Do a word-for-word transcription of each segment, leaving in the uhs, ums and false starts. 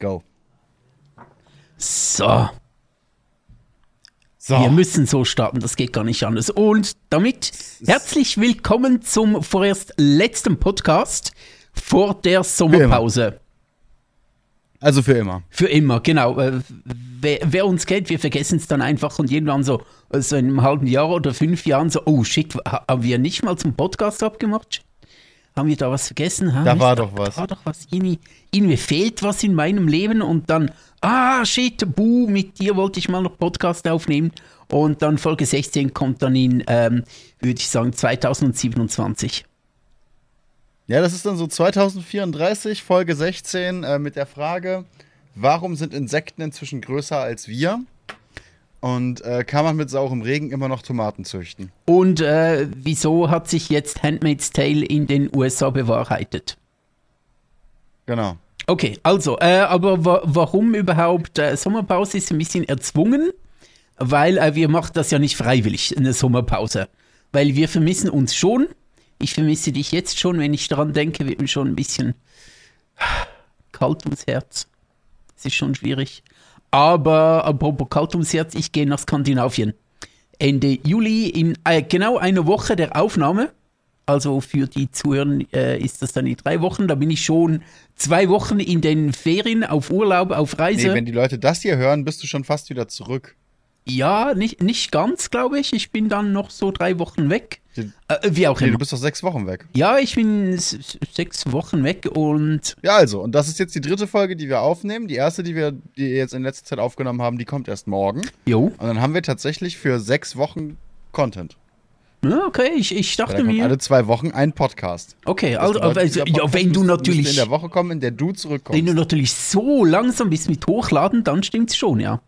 Go. So. So. Wir müssen so starten, das geht gar nicht anders. Und damit herzlich willkommen zum vorerst letzten Podcast vor der Sommerpause. Also für immer. Für immer, genau. Äh, wer, wer uns kennt, wir vergessen es dann einfach und irgendwann so, so in einem halben Jahr oder fünf Jahren so, oh shit, haben wir nicht mal zum Podcast abgemacht? Haben wir da was vergessen? Ha? Da war da, doch was. Da war doch was. Irgendwie, irgendwie fehlt was in meinem Leben und dann, ah shit, buh, mit dir wollte ich mal noch Podcast aufnehmen. Und dann Folge sechzehn kommt dann in, ähm, würde ich sagen, zwanzig siebenundzwanzig. Ja, das ist dann so zwanzig vierunddreißig, Folge sechzehn, äh, mit der Frage, warum sind Insekten inzwischen größer als wir? Und äh, kann man mit saurem Regen immer noch Tomaten züchten? Und äh, wieso hat sich jetzt Handmaid's Tale in den U S A bewahrheitet? Genau. Okay, also, äh, aber wa- warum überhaupt? Äh, Sommerpause ist ein bisschen erzwungen, weil äh, wir machen das ja nicht freiwillig, eine Sommerpause. Weil wir vermissen uns schon. Ich vermisse dich jetzt schon, wenn ich daran denke, wird mir schon ein bisschen kalt ums Herz. Es ist schon schwierig. Aber apropos kalt ums Herz, ich gehe nach Skandinavien. Ende Juli, in äh, genau einer Woche der Aufnahme. Also für die Zuhörer äh, ist das dann in drei Wochen. Da bin ich schon zwei Wochen in den Ferien, auf Urlaub, auf Reise. Nee, wenn die Leute das hier hören, bist du schon fast wieder zurück. Ja, nicht, nicht ganz, glaube ich. Ich bin dann noch so drei Wochen weg. Die, äh, wie auch nee, immer. du bist doch sechs Wochen weg. Ja, ich bin s- s- sechs Wochen weg und... Ja, also, und das ist jetzt die dritte Folge, die wir aufnehmen. Die erste, die wir die jetzt in letzter Zeit aufgenommen haben, die kommt erst morgen. Jo. Und dann haben wir tatsächlich für sechs Wochen Content. Ja, okay, ich, ich Weil dachte dann kommt mir... alle zwei Wochen ein Podcast. Okay, Das also, bedeutet, also dieser ja, Podcast wenn du müsste- natürlich... müsste in der Woche kommen, in der du zurückkommst. Wenn du natürlich so langsam bist mit Hochladen, dann stimmt's schon, ja.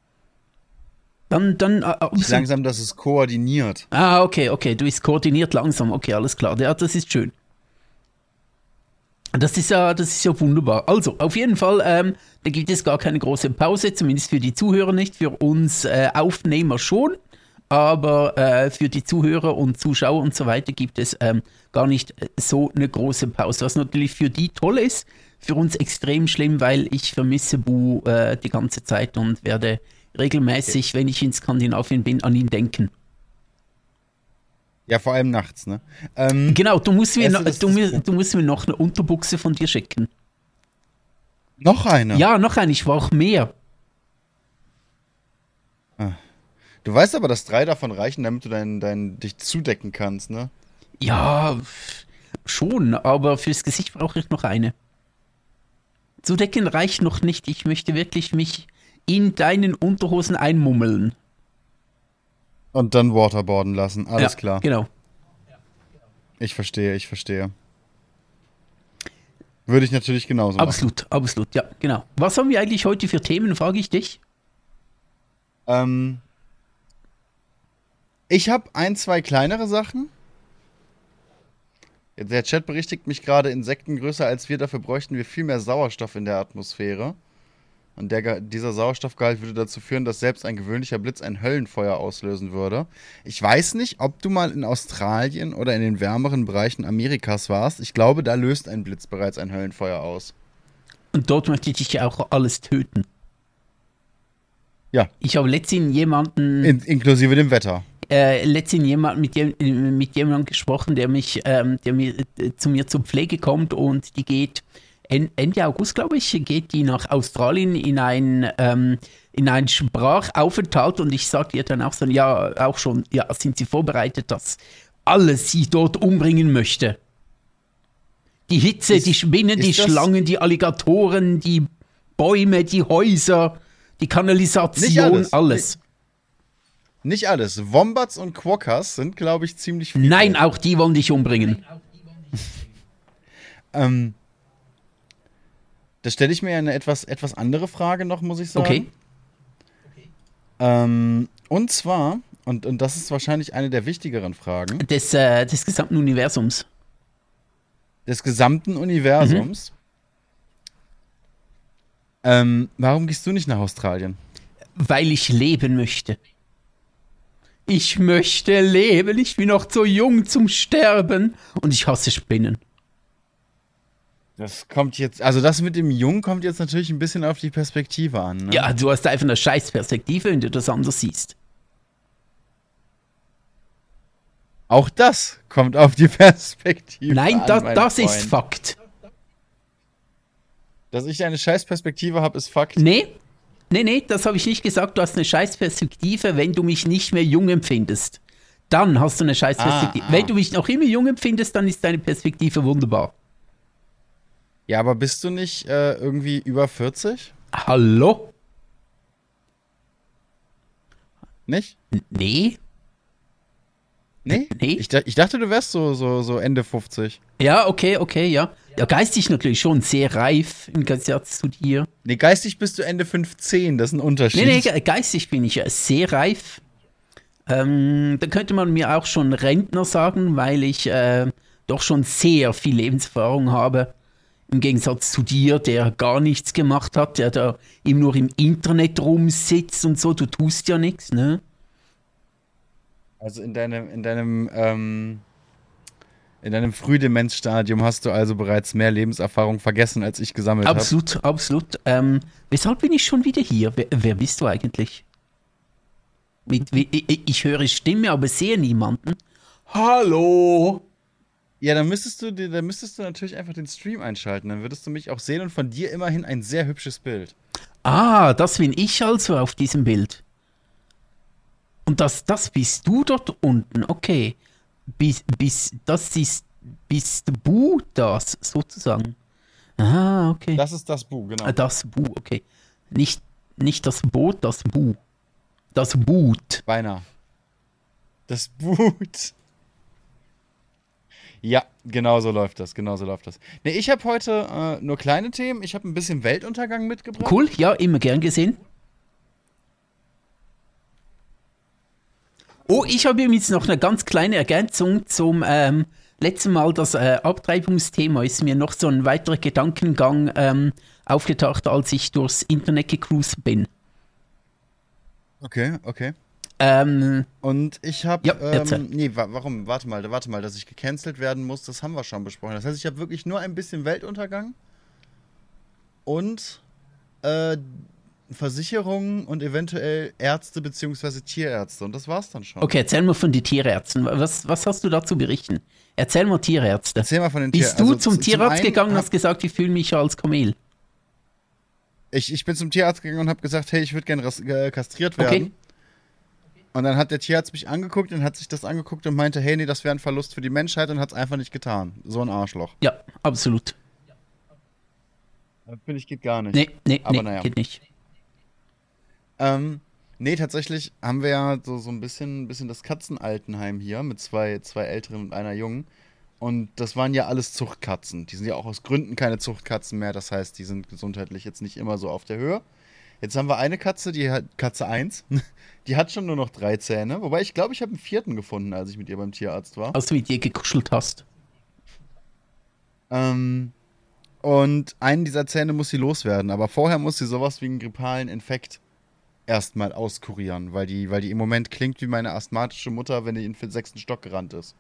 Dann, dann... Äh, Nicht langsam, dass es koordiniert. ah, okay, okay, du bist koordiniert langsam, okay, alles klar. Ja, das ist schön. Das ist ja, das ist ja wunderbar. Also, auf jeden Fall, ähm, da gibt es gar keine große Pause, zumindest für die Zuhörer nicht, für uns äh, Aufnehmer schon, aber äh, für die Zuhörer und Zuschauer und so weiter gibt es ähm, gar nicht so eine große Pause, was natürlich für die toll ist, für uns extrem schlimm, weil ich vermisse Bu äh, die ganze Zeit und werde regelmäßig, okay. wenn ich in Skandinavien bin, an ihn denken. Ja, vor allem nachts, ne? Ähm, genau, du musst, mir, weißt no, du, das- du, das- mir, du musst mir noch eine Unterbuchse von dir schicken. Noch eine? Ja, noch eine, ich brauche mehr. Du weißt aber, dass drei davon reichen, damit du dein, dein, dich zudecken kannst, ne? Ja, schon, aber fürs Gesicht brauche ich noch eine. Zudecken reicht noch nicht, ich möchte wirklich mich in deinen Unterhosen einmummeln. Und dann waterboarden lassen, alles ja, klar. Genau. Ich verstehe, ich verstehe. Würde ich natürlich genauso machen. Absolut, absolut, ja, genau. Was haben wir eigentlich heute für Themen, frage ich dich? Ähm, ich habe ein, zwei kleinere Sachen. Der Chat berichtigt mich gerade, Insekten größer als wir, dafür bräuchten wir viel mehr Sauerstoff in der Atmosphäre. Und der, Ge- dieser Sauerstoffgehalt würde dazu führen, dass selbst ein gewöhnlicher Blitz ein Höllenfeuer auslösen würde. Ich weiß nicht, ob du mal in Australien oder in den wärmeren Bereichen Amerikas warst. Ich glaube, da löst ein Blitz bereits ein Höllenfeuer aus. Und dort möchte ich dich ja auch alles töten. Ja, Ich habe letztens jemanden... in, inklusive dem Wetter. äh, letztens jemand mit, jem, mit jemandem gesprochen, der mich, ähm, der mir äh, zu mir zur Pflege kommt und die geht en, Ende August, glaube ich, geht die nach Australien in ein ähm, in einen Sprachaufenthalt und ich sage ihr dann auch so, ja, auch schon, ja, sind Sie vorbereitet, dass alles sie dort umbringen möchte? Die Hitze, Ist- die Spinnen, die ist das- Schlangen, die Alligatoren, die Bäume, die Häuser, die Kanalisation, Nicht alles. alles. Nicht alles. Wombats und Quokkas sind, glaube ich, ziemlich viel. Nein, auch die wollen dich umbringen. Ähm, da stelle ich mir eine etwas, etwas andere Frage noch, muss ich sagen. Okay. Ähm, und zwar, und, und das ist wahrscheinlich eine der wichtigeren Fragen, Des, äh, des gesamten Universums. des gesamten Universums. Ähm, warum gehst du nicht nach Australien? Weil ich leben möchte. Ich möchte leben, ich bin noch zu jung zum Sterben und ich hasse Spinnen. Das kommt jetzt, also das mit dem Jungen kommt jetzt natürlich ein bisschen auf die Perspektive an. Ne? Ja, du hast einfach eine scheiß Perspektive, wenn du das anders siehst. Auch das kommt auf die Perspektive Nein, an, das, mein das Freund. ist Fakt. Dass ich eine scheiß Perspektive habe, ist Fakt. Nee, nee, nee, das habe ich nicht gesagt. Du hast eine scheiß Perspektive, wenn du mich nicht mehr jung empfindest. Dann hast du eine scheiß Perspektive. Ah, ah. Wenn du mich noch immer jung empfindest, dann ist deine Perspektive wunderbar. Ja, aber bist du nicht äh, irgendwie über vierzig? Hallo? Nicht? N- Nee? Nee? Nee? Ich, da- ich dachte, du wärst so, so, so Ende fünfzig. Ja, okay, okay, ja. Ja, geistig natürlich schon sehr reif im Gegensatz zu dir. Nee, geistig bist du Ende fünfzehn, das ist ein Unterschied. Nee, nee, ge- geistig bin ich ja sehr reif. Ähm, da könnte man mir auch schon Rentner sagen, weil ich äh, doch schon sehr viel Lebenserfahrung habe. Im Gegensatz zu dir, der gar nichts gemacht hat, der da immer nur im Internet rumsitzt und so. Du tust ja nichts, ne? Also in deinem, in deinem, ähm, in deinem Frühdemenzstadium hast du also bereits mehr Lebenserfahrung vergessen, als ich gesammelt habe. Absolut, absolut. Ähm, weshalb bin ich schon wieder hier? Wer, wer bist du eigentlich? Mit, wie- ich, ich höre Stimme, aber sehe niemanden. Hallo? Ja, dann müsstest du, dir- dann müsstest du natürlich einfach den Stream einschalten. Dann würdest du mich auch sehen und von dir immerhin ein sehr hübsches Bild. Ah, das bin ich also auf diesem Bild. Und das, das bist du dort unten, okay. Bis, bis, das ist, bist du das, sozusagen. Ah, okay. Das ist das Bu, genau. Ah, das Bu, okay. Nicht, nicht das Boot, das Bu. Das Boot. Beinahe. Das Boot. Ja, genau so läuft das, genau so läuft das. Nee, ich habe heute äh, nur kleine Themen. Ich habe ein bisschen Weltuntergang mitgebracht. Cool, ja, immer gern gesehen. Oh, ich habe übrigens noch eine ganz kleine Ergänzung zum ähm, letzten Mal. Das äh, Abtreibungsthema ist mir noch so ein weiterer Gedankengang ähm, aufgetaucht, als ich durchs Internet gecruised bin. Okay, okay. Ähm, Und ich habe, Ja, erzähl. ähm, nee, wa warum, warte mal, warte mal, dass ich gecancelt werden muss, das haben wir schon besprochen. Das heißt, ich habe wirklich nur ein bisschen Weltuntergang und äh, Versicherungen und eventuell Ärzte bzw. Tierärzte und das war's dann schon. okay, erzähl mal von den Tierärzten. Was, was hast du da zu berichten? Erzähl mal Tierärzte. Erzähl mal von den Bist Tier- du also zum z- Tierarzt einen gegangen und hab- hast gesagt, ich fühle mich als Kamel? Ich, ich bin zum Tierarzt gegangen und habe gesagt, hey, ich würde gerne äh, kastriert werden. Okay. Und dann hat der Tierarzt mich angeguckt und hat sich das angeguckt und meinte, hey, nee, das wäre ein Verlust für die Menschheit und hat es einfach nicht getan. So ein Arschloch. Ja, absolut. Das finde ich geht gar nicht. Nee, nee, Aber nee, naja. geht nicht. Ähm, nee, tatsächlich haben wir ja so, so ein bisschen, bisschen das Katzenaltenheim hier mit zwei, zwei älteren und einer jungen. Und das waren ja alles Zuchtkatzen. Die sind ja auch aus Gründen keine Zuchtkatzen mehr. Das heißt, die sind gesundheitlich jetzt nicht immer so auf der Höhe. Jetzt haben wir eine Katze, die hat Katze eins. Die hat schon nur noch drei Zähne. Wobei ich glaube, ich habe einen vierten gefunden, als ich mit ihr beim Tierarzt war. Als du mit dir gekuschelt hast. Ähm, und einen dieser Zähne muss sie loswerden. Aber vorher muss sie sowas wie einen grippalen Infekt erstmal auskurieren. Weil die, weil die im Moment klingt wie meine asthmatische Mutter, wenn die in den sechsten Stock gerannt ist.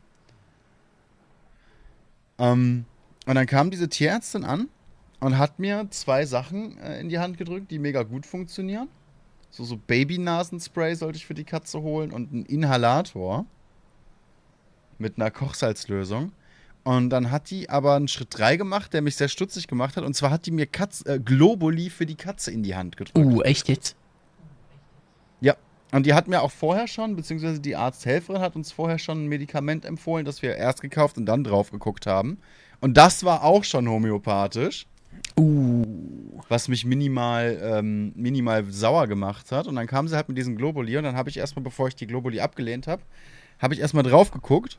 Ähm, und dann kam diese Tierärztin an und hat mir zwei Sachen äh, in die Hand gedrückt, die mega gut funktionieren. So, so Baby-Nasenspray sollte ich für die Katze holen und einen Inhalator mit einer Kochsalzlösung. Und dann hat die aber einen Schritt drei gemacht, der mich sehr stutzig gemacht hat. Und zwar hat die mir Katz, äh, Globuli für die Katze in die Hand gedrückt. Uh, echt jetzt? Ja, und die hat mir auch vorher schon, beziehungsweise die Arzthelferin hat uns vorher schon ein Medikament empfohlen, das wir erst gekauft und dann drauf geguckt haben. Und das war auch schon homöopathisch, Uh, was mich minimal, ähm, minimal sauer gemacht hat. Und dann kam sie halt mit diesem Globuli und dann habe ich erstmal, bevor ich die Globuli abgelehnt habe, habe ich erstmal drauf geguckt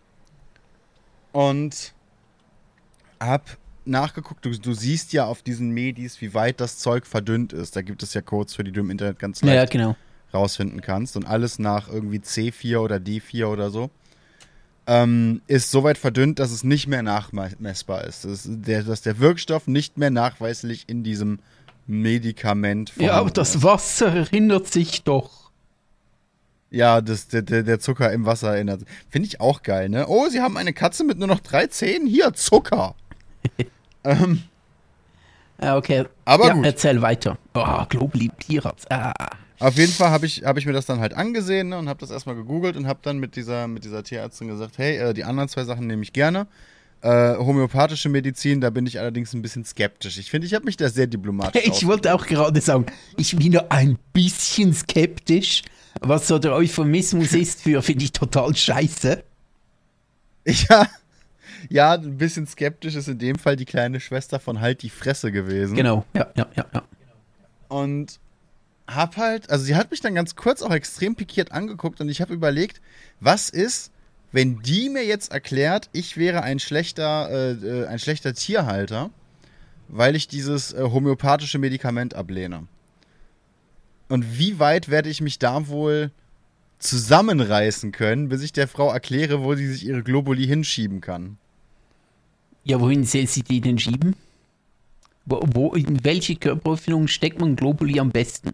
und hab nachgeguckt. Du, du siehst ja auf diesen Medis, wie weit das Zeug verdünnt ist. Da gibt es ja Codes für, die du im Internet ganz leicht ja, genau. rausfinden kannst. Und alles nach irgendwie C vier oder D vier oder so ähm, ist so weit verdünnt, dass es nicht mehr nachmessbar ist. Das ist der, dass der Wirkstoff nicht mehr nachweislich in diesem Medikament Ja, aber vorhanden das ist. Wasser erinnert sich doch. Ja, das, der, der der Zucker im Wasser erinnert sich. Finde ich auch geil, ne? Oh, sie haben eine Katze mit nur noch drei Zähnen. Hier, Zucker. Ähm, Ah, okay. aber ja, gut. Erzähl weiter. Oh, Globuli Tierarzt. Ah. Auf jeden Fall habe ich, hab ich mir das dann halt angesehen, ne, und habe das erstmal gegoogelt und habe dann mit dieser, mit dieser Tierärztin gesagt, hey, äh, die anderen zwei Sachen nehme ich gerne. Äh, homöopathische Medizin, da bin ich allerdings ein bisschen skeptisch. Ich finde, ich habe mich da sehr diplomatisch Ich wollte auch gerade sagen, ich bin nur ein bisschen skeptisch. Was so der Euphemismus ist für, finde ich total scheiße. Ja, ja, ein bisschen skeptisch ist in dem Fall die kleine Schwester von Halt die Fresse gewesen. Genau, ja, ja, ja, ja. Und hab halt, also sie hat mich dann ganz kurz auch extrem pikiert angeguckt und ich habe überlegt, was ist, wenn die mir jetzt erklärt, ich wäre ein schlechter, äh, ein schlechter Tierhalter, weil ich dieses äh, homöopathische Medikament ablehne. Und wie weit werde ich mich da wohl zusammenreißen können, bis ich der Frau erkläre, wo sie sich ihre Globuli hinschieben kann? Ja, wohin soll sie die denn schieben? Wo, wo, in welche Körperöffnung steckt man Globuli am besten?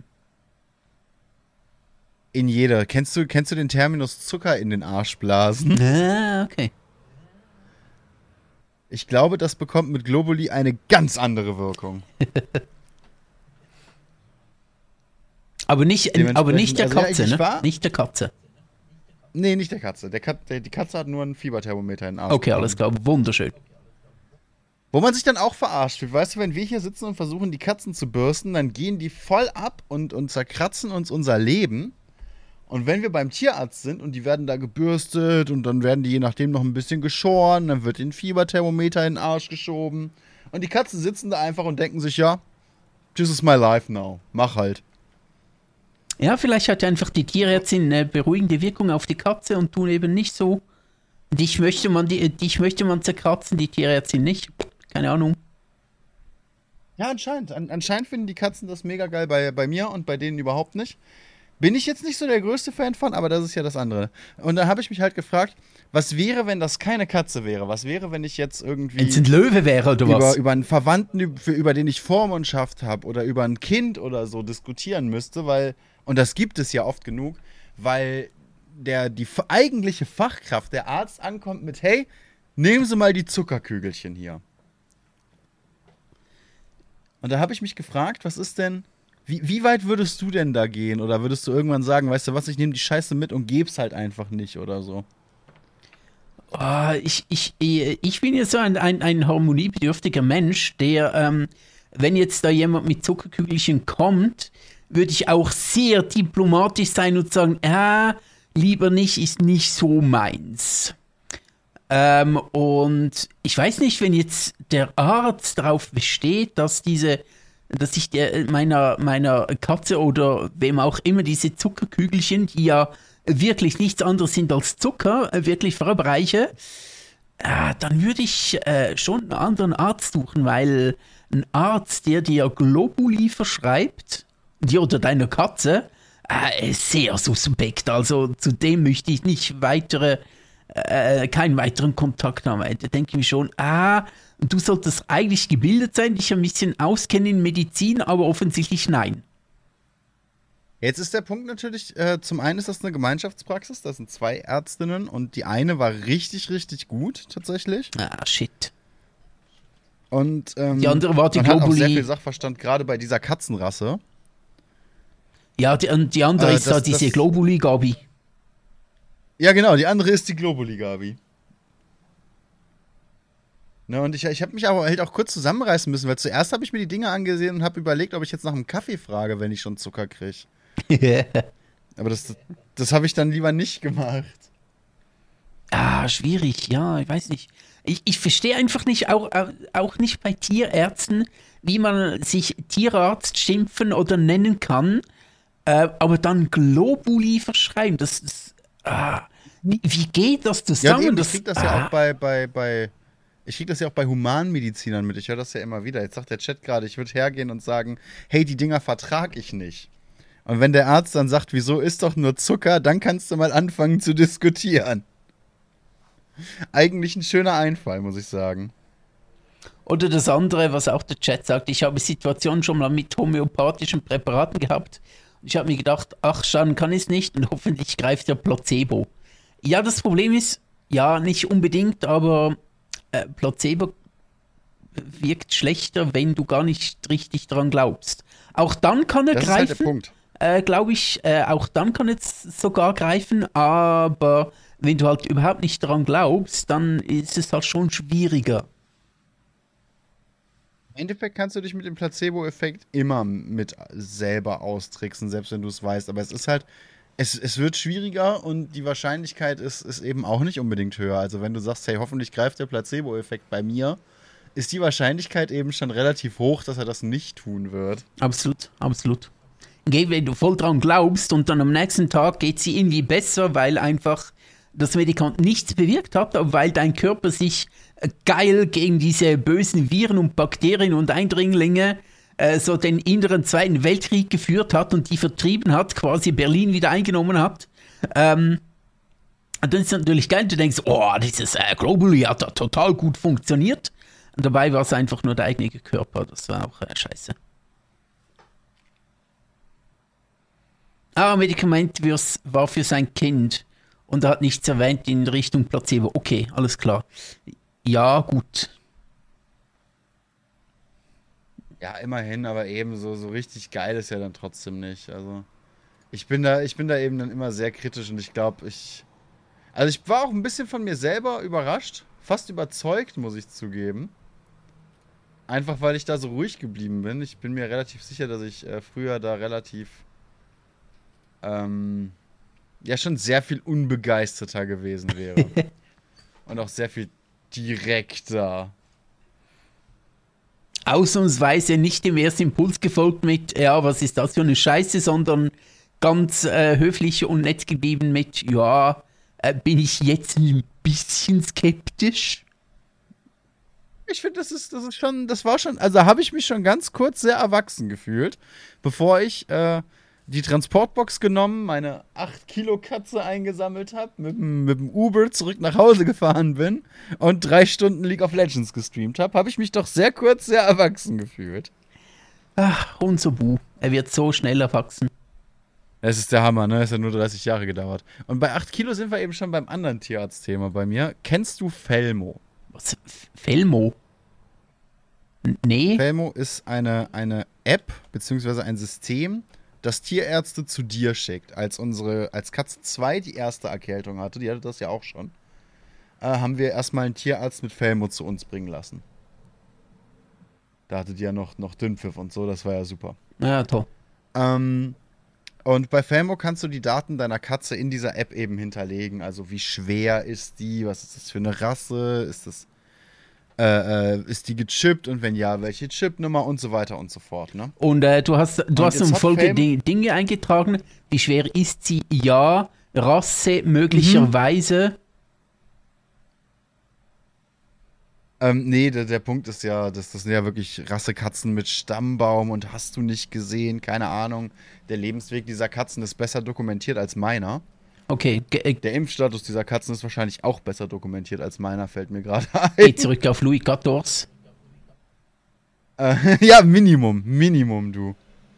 In jeder. Kennst du, kennst du den Terminus Zucker in den Arsch blasen? Ah, okay. Ich glaube, das bekommt mit Globuli eine ganz andere Wirkung. Aber nicht, aber nicht der also, ja, Katze, ich ne? war- Nicht der Katze. Nee, nicht der Katze. Der Kat der, die Katze hat nur ein Fieberthermometer in den Arsch. Okay, bekommen. alles klar, wunderschön. Wo man sich dann auch verarscht fühlt. Weißt du, wenn wir hier sitzen und versuchen, die Katzen zu bürsten, dann gehen die voll ab und, und zerkratzen uns unser Leben. Und wenn wir beim Tierarzt sind und die werden da gebürstet und dann werden die je nachdem noch ein bisschen geschoren, dann wird den Fieberthermometer in den Arsch geschoben. Und die Katzen sitzen da einfach und denken sich, ja, this is my life now. Mach halt. Ja, vielleicht hat einfach die Tierärztin eine beruhigende Wirkung auf die Katze und tun eben nicht so. Dich möchte man, die, dich möchte man zerkratzen, die Tierärztin nicht. Keine Ahnung. Ja, anscheinend. An anscheinend finden die Katzen das mega geil bei, bei mir und bei denen überhaupt nicht. Bin ich jetzt nicht so der größte Fan von, aber das ist ja das andere. Und dann habe ich mich halt gefragt, was wäre, wenn das keine Katze wäre? Was wäre, wenn ich jetzt irgendwie Wenn es ein Löwe wäre oder über, was? über einen Verwandten, über, über den ich Vormundschaft habe oder über ein Kind oder so diskutieren müsste, weil, und das gibt es ja oft genug, weil der, die f- eigentliche Fachkraft, der Arzt, ankommt mit, hey, nehmen Sie mal die Zuckerkügelchen hier. Und da habe ich mich gefragt, was ist denn, wie, wie weit würdest du denn da gehen? Oder würdest du irgendwann sagen, weißt du was, ich nehme die Scheiße mit und geb's halt einfach nicht oder so? Oh, ich, ich, ich bin ja so ein, ein, ein harmoniebedürftiger Mensch, der, ähm, wenn jetzt da jemand mit Zuckerkügelchen kommt, würde ich auch sehr diplomatisch sein und sagen, ah, lieber nicht, ist nicht so meins. Ähm, und ich weiß nicht, wenn jetzt der Arzt darauf besteht, dass diese, dass ich der, meiner, meiner Katze oder wem auch immer diese Zuckerkügelchen, die ja wirklich nichts anderes sind als Zucker, äh, wirklich verabreiche, äh, dann würde ich äh, schon einen anderen Arzt suchen, weil ein Arzt, der dir Globuli verschreibt, dir oder deiner Katze, äh, ist sehr suspekt. Also zu dem möchte ich nicht weitere, äh, keinen weiteren Kontakt haben. Da denke ich mir schon, ah, du solltest eigentlich gebildet sein, dich ein bisschen auskennen in Medizin, aber offensichtlich nein. Jetzt ist der Punkt natürlich, äh, zum einen ist das eine Gemeinschaftspraxis, das sind zwei Ärztinnen und die eine war richtig, richtig gut tatsächlich. Ah, shit. Und ähm, Die andere war die man hat auch sehr Globuli- viel Sachverstand, gerade bei dieser Katzenrasse. Ja, die, und die andere Äh, ist da das- diese das- Globuli-Gabi. Ja, genau, die andere ist die Globuli-Gabi. Ne, und ich, ich habe mich aber halt auch kurz zusammenreißen müssen, weil zuerst habe ich mir die Dinge angesehen und habe überlegt, ob ich jetzt nach einem Kaffee frage, wenn ich schon Zucker kriege. Aber das, das habe ich dann lieber nicht gemacht. Ah, schwierig, ja, ich weiß nicht. Ich, ich verstehe einfach nicht, auch, auch nicht bei Tierärzten, wie man sich Tierarzt schimpfen oder nennen kann, äh, aber dann Globuli verschreiben. Das ist, ah, wie, wie geht das Ja, zusammen? und eben, das, ich krieg das ah, ja auch bei, bei, bei, ich krieg das ja auch bei Humanmedizinern mit. Ich höre das ja immer wieder. Jetzt sagt der Chat gerade, ich würde hergehen und sagen, hey, die Dinger vertrag ich nicht. Und wenn der Arzt dann sagt, wieso ist doch nur Zucker, dann kannst du mal anfangen zu diskutieren. Eigentlich ein schöner Einfall, muss ich sagen. Oder das andere, was auch der Chat sagt, ich habe Situationen schon mal mit homöopathischen Präparaten gehabt. Ich habe mir gedacht, ach, schaden kann es nicht und hoffentlich greift der Placebo. Ja, das Problem ist, ja, nicht unbedingt, aber äh, Placebo wirkt schlechter, wenn du gar nicht richtig dran glaubst. Auch dann kann er Das ist halt der greifen, Punkt. äh, glaube ich, äh, auch dann kann es sogar greifen, aber wenn du halt überhaupt nicht dran glaubst, dann ist es halt schon schwieriger. Im Endeffekt kannst du dich mit dem Placebo-Effekt immer mit selber austricksen, selbst wenn du es weißt. Aber es ist halt, es, es wird schwieriger und die Wahrscheinlichkeit ist, ist eben auch nicht unbedingt höher. Also wenn du sagst, hey, hoffentlich greift der Placebo-Effekt bei mir, ist die Wahrscheinlichkeit eben schon relativ hoch, dass er das nicht tun wird. Absolut, absolut. Okay, wenn du voll dran glaubst und dann am nächsten Tag geht sie irgendwie besser, weil einfach das Medikament nichts bewirkt hat, aber weil dein Körper sich äh, geil gegen diese bösen Viren und Bakterien und Eindringlinge äh, so den inneren Zweiten Weltkrieg geführt hat und die vertrieben hat, quasi Berlin wieder eingenommen hat. Ähm, und dann ist es natürlich geil, du denkst, oh, dieses äh, Globally hat da total gut funktioniert. Und dabei war es einfach nur der eigene Körper, das war auch äh, scheiße. Ah, Medikament war für sein Kind und er hat nichts erwähnt in Richtung Placebo. Okay, alles klar. Ja, gut. Ja, immerhin, aber eben so, so richtig geil ist ja dann trotzdem nicht. Also ich bin da, ich bin da eben dann immer sehr kritisch und ich glaube, ich. Also ich war auch ein bisschen von mir selber überrascht, fast überzeugt, muss ich zugeben. Einfach weil ich da so ruhig geblieben bin. Ich bin mir relativ sicher, dass ich äh, früher da relativ ähm, ja schon sehr viel unbegeisterter gewesen wäre. Und auch sehr viel direkter. Ausnahmsweise nicht dem ersten Impuls gefolgt mit, ja, was ist das für eine Scheiße, sondern ganz äh, höflich und nett geblieben mit, ja, äh, bin ich jetzt ein bisschen skeptisch? Ich finde, das ist, das ist schon, das war schon, also habe ich mich schon ganz kurz sehr erwachsen gefühlt, bevor ich äh, die Transportbox genommen, meine acht Kilo Katze eingesammelt habe, mit, mit dem Uber zurück nach Hause gefahren bin und drei Stunden League of Legends gestreamt habe, habe ich mich doch sehr kurz sehr erwachsen gefühlt. Ach, unser Bu, er wird so schnell erwachsen. Es ist der Hammer, ne? Es hat nur dreißig Jahre gedauert. Und bei acht Kilo sind wir eben schon beim anderen Tierarztthema bei mir. Kennst du Felmo? Was? Felmo? Nee. Felmo ist eine, eine App, beziehungsweise ein System, das Tierärzte zu dir schickt. Als unsere, als Katze zwei die erste Erkältung hatte, die hatte das ja auch schon, äh, haben wir erstmal einen Tierarzt mit Felmo zu uns bringen lassen. Da hatte die ja noch, noch Dünnpfiff und so, das war ja super. Ja, toll. Ähm, und bei Felmo kannst du die Daten deiner Katze in dieser App eben hinterlegen. Also wie schwer ist die, was ist das für eine Rasse, ist das Äh, äh, ist die gechippt und wenn ja, welche Chipnummer und so weiter und so fort, ne? Und äh, du hast, du Und hast jetzt um hat Folge Felmo- Di- Dinge eingetragen. Wie schwer ist sie? Ja. Rasse möglicherweise. Ähm, nee, der, der Punkt ist ja, dass das sind ja wirklich Rassekatzen mit Stammbaum und hast du nicht gesehen, keine Ahnung. Der Lebensweg dieser Katzen ist besser dokumentiert als meiner. Okay, ge äh, Der Impfstatus dieser Katzen ist wahrscheinlich auch besser dokumentiert als meiner, fällt mir gerade geh ein. zurück auf Louis vierzehn. Äh, ja, Minimum, Minimum, du.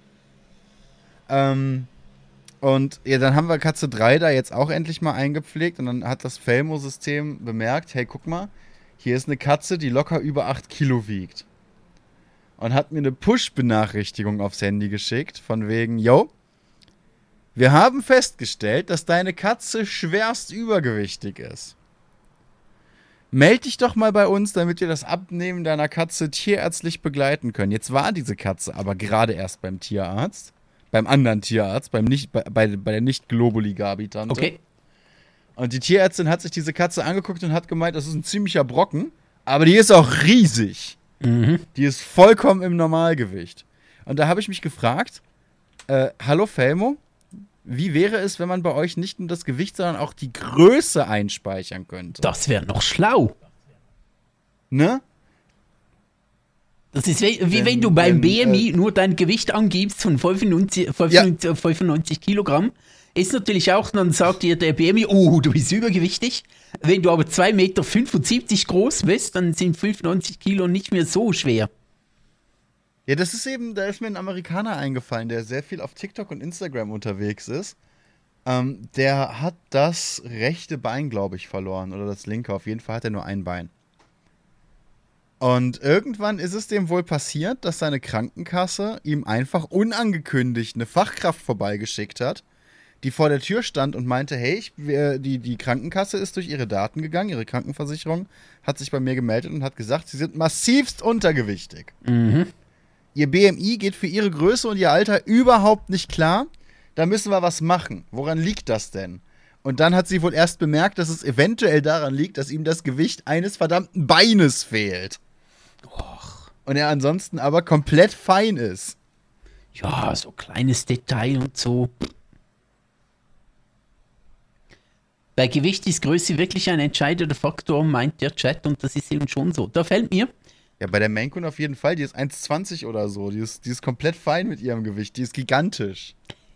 Ähm, und ja, dann haben wir Katze drei da jetzt auch endlich mal eingepflegt und dann hat das Felmo-System bemerkt, hey, guck mal, hier ist eine Katze, die locker über acht Kilo wiegt. Und hat mir eine Push-Benachrichtigung aufs Handy geschickt, von wegen, yo, wir haben festgestellt, dass deine Katze schwerst übergewichtig ist. Meld dich doch mal bei uns, damit wir das Abnehmen deiner Katze tierärztlich begleiten können. Jetzt war diese Katze aber gerade erst beim Tierarzt. Beim anderen Tierarzt, beim nicht, bei, bei, bei der Nicht-Globuli-Gabi-Tante. Okay. Und die Tierärztin hat sich diese Katze angeguckt und hat gemeint, das ist ein ziemlicher Brocken, aber die ist auch riesig. Mhm. Die ist vollkommen im Normalgewicht. Und da habe ich mich gefragt, äh, hallo Felmo, wie wäre es, wenn man bei euch nicht nur das Gewicht, sondern auch die Größe einspeichern könnte? Das wäre noch schlau. Ne? Das ist wie, wie Denn- wenn du beim denn, B M I äh, nur dein Gewicht angibst von fünfundneunzig, fünfundneunzig, fünfundneunzig Kilogramm. Ist natürlich auch, dann sagt dir der B M I, oh, du bist übergewichtig. Wenn du aber zwei Meter fünfundsiebzig groß bist, dann sind fünfundneunzig Kilo nicht mehr so schwer. Ja, das ist eben, da ist mir ein Amerikaner eingefallen, der sehr viel auf TikTok und Instagram unterwegs ist. Ähm, der hat das rechte Bein, glaube ich, verloren. Oder das linke. Auf jeden Fall hat er nur ein Bein. Und irgendwann ist es dem wohl passiert, dass seine Krankenkasse ihm einfach unangekündigt eine Fachkraft vorbeigeschickt hat, die vor der Tür stand und meinte, hey, ich, die, die Krankenkasse ist durch ihre Daten gegangen, ihre Krankenversicherung hat sich bei mir gemeldet und hat gesagt, sie sind massivst untergewichtig. Mhm. Ihr B M I geht für ihre Größe und ihr Alter überhaupt nicht klar. Da müssen wir was machen. Woran liegt das denn? Und dann hat sie wohl erst bemerkt, dass es eventuell daran liegt, dass ihm das Gewicht eines verdammten Beines fehlt. Och. Und er ansonsten aber komplett fein ist. Ja, so kleines Detail und so. Bei Gewicht ist Größe wirklich ein entscheidender Faktor, meint der Chat, und das ist eben schon so. Da fällt mir. Ja, bei der Maine auf jeden Fall. Die ist eins zwanzig oder so. Die ist, die ist komplett fein mit ihrem Gewicht. Die ist gigantisch.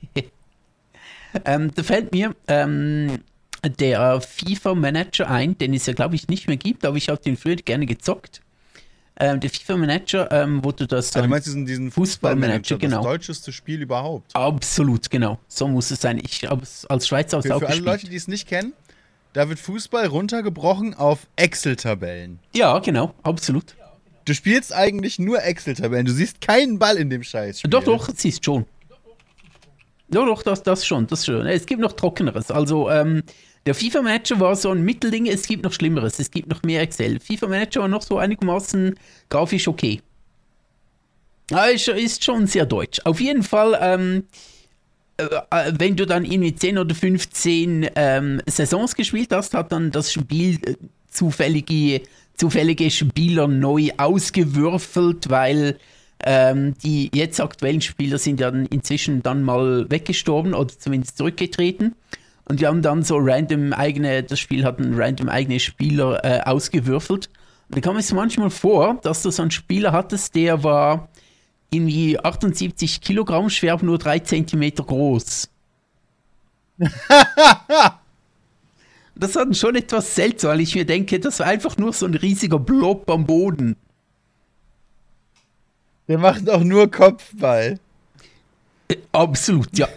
ähm, da fällt mir ähm, der FIFA-Manager ein, den es ja, glaube ich, nicht mehr gibt, aber ich habe den früher gerne gezockt. Ähm, der FIFA-Manager, ähm, wo du das... Ähm, ah, du ähm, meinst diesen, diesen Fußballmanager, Fußballmanager, genau. Das deutscheste Spiel überhaupt. Absolut, genau. So muss es sein. Ich habe es als Schweizer aus Für, auch für alle gespielt. Leute, die es nicht kennen, da wird Fußball runtergebrochen auf Excel-Tabellen. Ja, genau, absolut. Du spielst eigentlich nur Excel-Tabellen. Du siehst keinen Ball in dem Scheißspiel. Doch, doch, siehst schon. Doch, doch, das, das schon, das schon. Es gibt noch Trockeneres. Also, ähm, der FIFA-Manager war so ein Mittelding, es gibt noch Schlimmeres, es gibt noch mehr Excel. FIFA-Manager war noch so einigermaßen grafisch okay. Ja, ist, ist schon sehr deutsch. Auf jeden Fall, ähm, äh, wenn du dann irgendwie zehn oder fünfzehn ähm, Saisons gespielt hast, hat dann das Spiel äh, zufällige, zufällige Spieler neu ausgewürfelt, weil ähm, die jetzt aktuellen Spieler sind ja inzwischen dann mal weggestorben oder zumindest zurückgetreten. Und die haben dann so random eigene, das Spiel hat einen random eigene Spieler äh, ausgewürfelt. Und da kam es manchmal vor, dass du so einen Spieler hattest, der war irgendwie achtundsiebzig Kilogramm schwer, aber nur drei Zentimeter groß. Das hat schon etwas seltsam, weil ich mir denke, das war einfach nur so ein riesiger Blob am Boden. Der macht auch nur Kopfball. Äh, absolut, ja.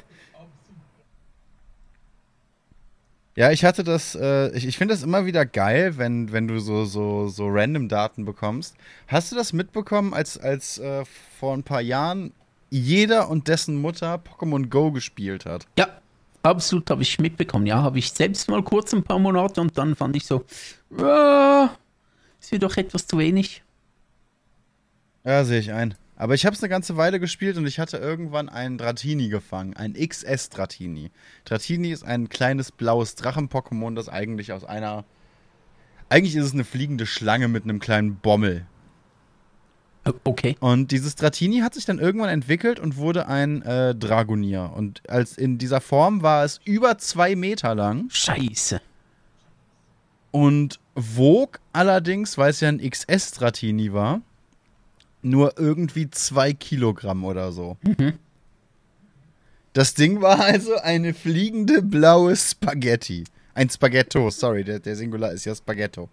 Ja, ich hatte das, äh, ich, ich finde das immer wieder geil, wenn, wenn du so, so, so random Daten bekommst. Hast du das mitbekommen, als, als äh, vor ein paar Jahren jeder und dessen Mutter Pokémon Go gespielt hat? Ja, absolut habe ich mitbekommen. Ja, habe ich selbst mal kurz ein paar Monate und dann fand ich so, äh, ist mir doch etwas zu wenig. Ja, sehe ich ein. Aber ich habe es eine ganze Weile gespielt und ich hatte irgendwann einen Dratini gefangen, ein X S-Dratini. Dratini ist ein kleines blaues Drachen-Pokémon, das eigentlich aus einer... Eigentlich ist es eine fliegende Schlange mit einem kleinen Bommel. Okay. Und dieses Dratini hat sich dann irgendwann entwickelt und wurde ein äh, Dragonier. Und als in dieser Form war es über zwei Meter lang. Scheiße. Und wog allerdings, weil es ja ein X S-Dratini war, nur irgendwie zwei Kilogramm oder so. Mhm. Das Ding war also eine fliegende blaue Spaghetti. Ein Spaghetto, sorry, der, der Singular ist ja Spaghetto.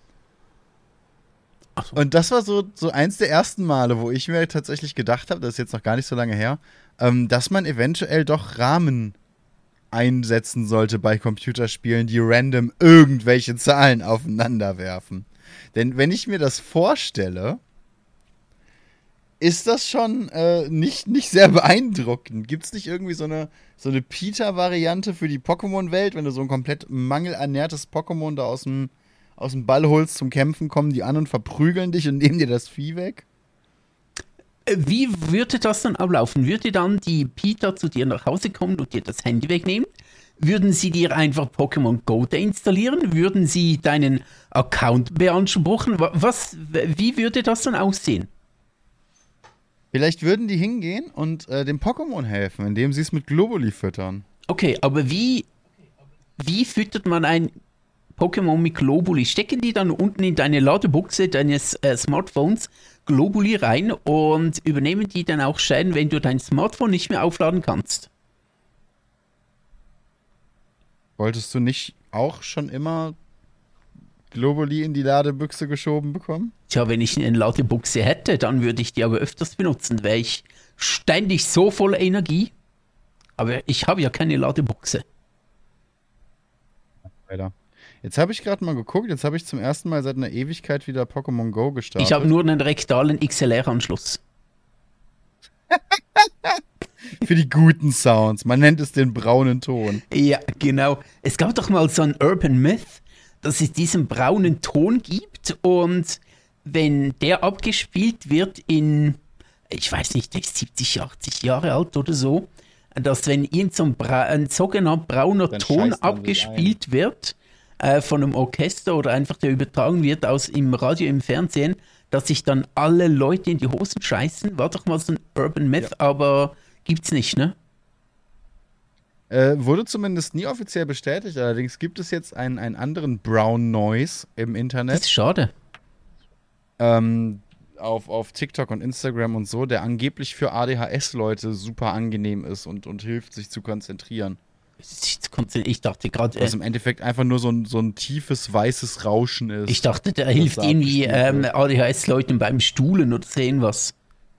Ach so. Und das war so, so eins der ersten Male, wo ich mir tatsächlich gedacht habe, das ist jetzt noch gar nicht so lange her, ähm, dass man eventuell doch Rahmen einsetzen sollte bei Computerspielen, die random irgendwelche Zahlen aufeinander werfen. Denn wenn ich mir das vorstelle, ist das schon äh, nicht, nicht sehr beeindruckend. Gibt es nicht irgendwie so eine, so eine Peter-Variante für die Pokémon-Welt, wenn du so ein komplett mangelernährtes Pokémon da aus dem, aus dem Ball holst zum Kämpfen, kommen die an und verprügeln dich und nehmen dir das Vieh weg? Wie würde das dann ablaufen? Würde dann die Peter zu dir nach Hause kommen und dir das Handy wegnehmen? Würden sie dir einfach Pokémon Go deinstallieren? Würden sie deinen Account beanspruchen? Was, wie würde das dann aussehen? Vielleicht würden die hingehen und äh, dem Pokémon helfen, indem sie es mit Globuli füttern. Okay, aber wie, wie füttert man ein Pokémon mit Globuli? Stecken die dann unten in deine Ladebuchse deines äh, Smartphones Globuli rein und übernehmen die dann auch Schäden, wenn du dein Smartphone nicht mehr aufladen kannst? Wolltest du nicht auch schon immer Globuli in die Ladebüchse geschoben bekommen? Tja, wenn ich eine Ladebuchse hätte, dann würde ich die aber öfters benutzen, wäre ich ständig so voller Energie. Aber ich habe ja keine Ladebuchse. Leider. Jetzt habe ich gerade mal geguckt, jetzt habe ich zum ersten Mal seit einer Ewigkeit wieder Pokémon Go gestartet. Ich habe nur einen rektalen X L R-Anschluss. Für die guten Sounds. Man nennt es den braunen Ton. Ja, genau. Es gab doch mal so einen Urban Myth, dass es diesen braunen Ton gibt und wenn der abgespielt wird in, ich weiß nicht, der ist siebzig, achtzig Jahre alt oder so, dass wenn irgend so ein, Bra- ein sogenannter brauner Dann Ton scheißt man sich abgespielt wird, äh, von einem Orchester oder einfach der übertragen wird aus im Radio, im Fernsehen, dass sich dann alle Leute in die Hosen scheißen. War doch mal so ein Urban Myth, ja. Aber gibt's nicht, ne? Äh, wurde zumindest nie offiziell bestätigt, allerdings gibt es jetzt einen, einen anderen Brown Noise im Internet. Das ist schade. Ähm, auf, auf TikTok und Instagram und so, der angeblich für A D H S-Leute super angenehm ist und, und hilft, sich zu konzentrieren. Ich dachte gerade. Was äh, im Endeffekt einfach nur so ein, so ein tiefes, weißes Rauschen ist. Ich dachte, der hilft irgendwie ähm, A D H S-Leuten beim Stuhlen oder sehen was.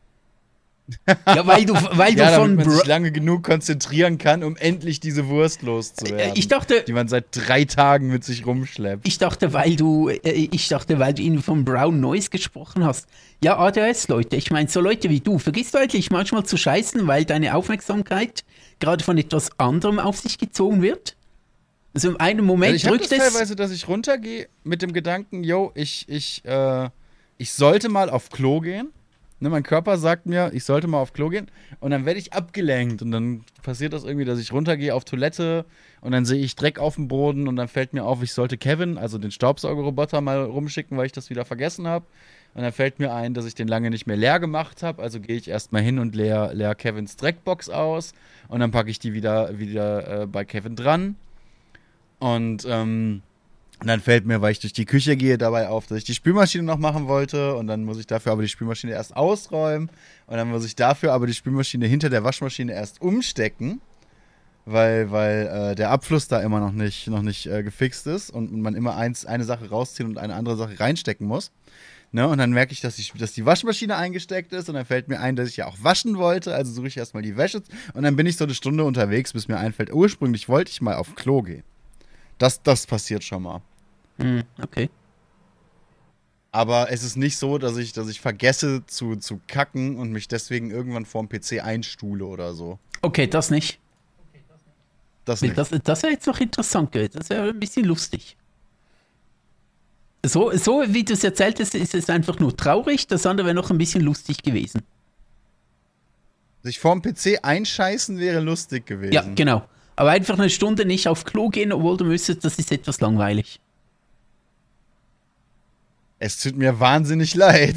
Ja, weil du, weil ja, du von damit man sich lange genug konzentrieren kann, um endlich diese Wurst loszuwerden. Ich dachte, die man seit drei Tagen mit sich rumschleppt. Ich dachte, weil du, ich dachte, weil du ihnen vom Brown Noise gesprochen hast. Ja, A D H S-Leute, ich meine, so Leute wie du, vergisst du eigentlich manchmal zu scheißen, weil deine Aufmerksamkeit gerade von etwas anderem auf sich gezogen wird? Also im einen Moment also ich drückt das es... teilweise, dass ich runtergehe mit dem Gedanken, yo, ich, ich, äh, ich sollte mal auf Klo gehen. Ne, mein Körper sagt mir, ich sollte mal auf Klo gehen und dann werde ich abgelenkt und dann passiert das irgendwie, dass ich runtergehe auf Toilette und dann sehe ich Dreck auf dem Boden und dann fällt mir auf, ich sollte Kevin, also den Staubsaugerroboter, mal rumschicken, weil ich das wieder vergessen habe. Und dann fällt mir ein, dass ich den lange nicht mehr leer gemacht habe, also gehe ich erstmal hin und leer, leer Kevins Dreckbox aus und dann packe ich die wieder, wieder äh, bei Kevin dran und ähm, Und dann fällt mir, weil ich durch die Küche gehe, dabei auf, dass ich die Spülmaschine noch machen wollte. Und dann muss ich dafür aber die Spülmaschine erst ausräumen. Und dann muss ich dafür aber die Spülmaschine hinter der Waschmaschine erst umstecken. Weil, weil äh, der Abfluss da immer noch nicht, noch nicht äh, gefixt ist. Und man immer eins, eine Sache rausziehen und eine andere Sache reinstecken muss. Ne? Und dann merke ich, dass die, dass die Waschmaschine eingesteckt ist. Und dann fällt mir ein, dass ich ja auch waschen wollte. Also suche ich erstmal die Wäsche. Und dann bin ich so eine Stunde unterwegs, bis mir einfällt, ursprünglich wollte ich mal auf Klo gehen. Das, das passiert schon mal. Okay. Aber es ist nicht so, dass ich, dass ich vergesse zu, zu kacken und mich deswegen irgendwann vorm P C einstuhle oder so. Okay, das nicht. Das nicht. Das, das wäre jetzt noch interessant, gell? Das wäre ein bisschen lustig. So, so wie du es erzählt hast, ist es einfach nur traurig, das andere wäre noch ein bisschen lustig gewesen. Sich vorm P C einscheißen wäre lustig gewesen. Ja, genau. Aber einfach eine Stunde nicht auf Klo gehen, obwohl du müsstest, das ist etwas langweilig. Es tut mir wahnsinnig leid.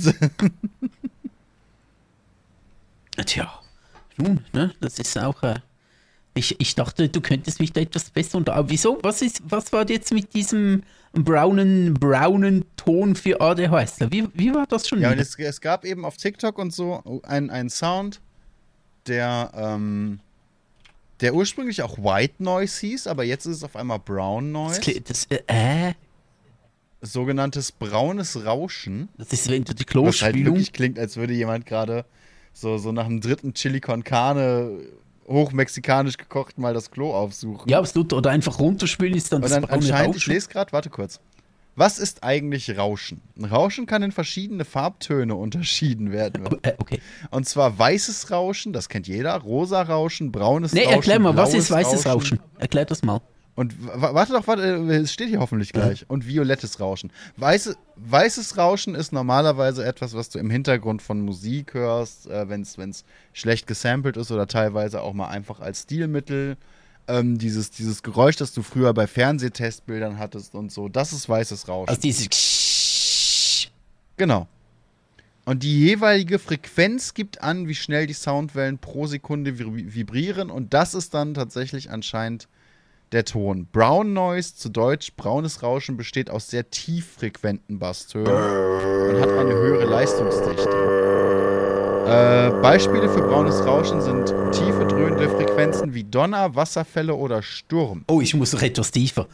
Tja, nun, ne, das ist auch, äh, ich, ich dachte, du könntest mich da etwas besser unter... Aber wieso? Was ist, was war jetzt mit diesem braunen, braunen Ton für A D H S? Wie, wie war das schon Ja, wieder? und es, es gab eben auf TikTok und so einen, einen Sound, der, ähm, der ursprünglich auch White Noise hieß, aber jetzt ist es auf einmal Brown Noise. Das, das, äh, Sogenanntes braunes Rauschen. Das ist, wenn du die Was halt Klospülung... wirklich klingt, als würde jemand gerade so, so nach dem dritten Chili con Carne hochmexikanisch gekocht mal das Klo aufsuchen. Ja, absolut. Oder einfach runterspülen ist dann Und das dann braune anscheinend, ich Rauschen. lese gerade, warte kurz. Was ist eigentlich Rauschen? Ein Rauschen kann in verschiedene Farbtöne unterschieden werden. Äh, okay. Und zwar weißes Rauschen, das kennt jeder, rosa Rauschen, braunes Nee, Rauschen, erklär mal, was blaues ist weißes Rauschen? Erklär das mal. Und w- warte doch, warte, es steht hier hoffentlich gleich. Und violettes Rauschen. Weiße, weißes Rauschen ist normalerweise etwas, was du im Hintergrund von Musik hörst, äh, wenn es schlecht gesampelt ist oder teilweise auch mal einfach als Stilmittel. Ähm, dieses, dieses Geräusch, das du früher bei Fernsehtestbildern hattest und so, das ist weißes Rauschen. Also dieses... Genau. Und die jeweilige Frequenz gibt an, wie schnell die Soundwellen pro Sekunde vib- vibrieren. Und das ist dann tatsächlich anscheinend der Ton. Brown Noise, zu Deutsch braunes Rauschen, besteht aus sehr tieffrequenten Basstönen und hat eine höhere Leistungsdichte. Äh, Beispiele für braunes Rauschen sind tiefe dröhnende Frequenzen wie Donner, Wasserfälle oder Sturm. Oh, ich muss noch etwas tiefer.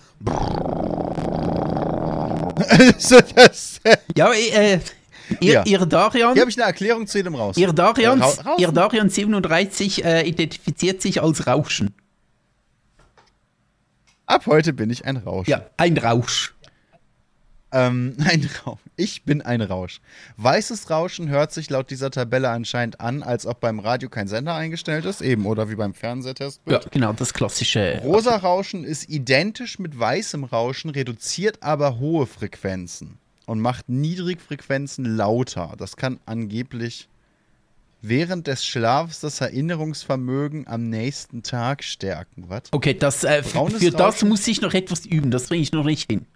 So, das, Ja, äh, ihr, Ja. ihr Darian... hier habe ich eine Erklärung zu jedem raus. Ihr Darian, Ra- Rauschen. ihr Darian siebenunddreißig äh, identifiziert sich als Rauschen. Ab heute bin ich ein Rausch. Ja, ein Rausch. Ähm, ein Rausch. Ich bin ein Rausch. Weißes Rauschen hört sich laut dieser Tabelle anscheinend an, als ob beim Radio kein Sender eingestellt ist, eben, oder wie beim Fernsehtestbild. Ja, genau, das klassische. Rosa Rauschen ist identisch mit weißem Rauschen, reduziert aber hohe Frequenzen und macht Niedrigfrequenzen lauter. Das kann angeblich während des Schlafs das Erinnerungsvermögen am nächsten Tag stärken. Was? Okay, das, äh, f- Braunes für das Rauschen? muss ich noch etwas üben, das bringe ich noch nicht hin.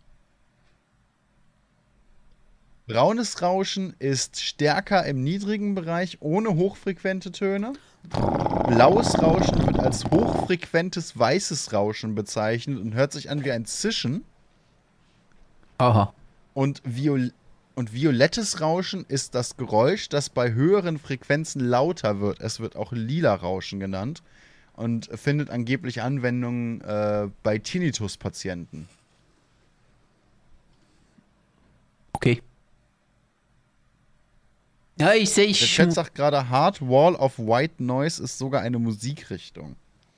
Braunes Rauschen ist stärker im niedrigen Bereich ohne hochfrequente Töne. Blaues Rauschen wird als hochfrequentes weißes Rauschen bezeichnet und hört sich an wie ein Zischen. Aha. Und, Viol und violettes Rauschen ist das Geräusch, das bei höheren Frequenzen lauter wird. Es wird auch lila Rauschen genannt und findet angeblich Anwendungen äh, bei Tinnitus-Patienten. Okay. Ja, ich sehe, Der ich. Chat sagt gerade, Hard Wall of White Noise ist sogar eine Musikrichtung.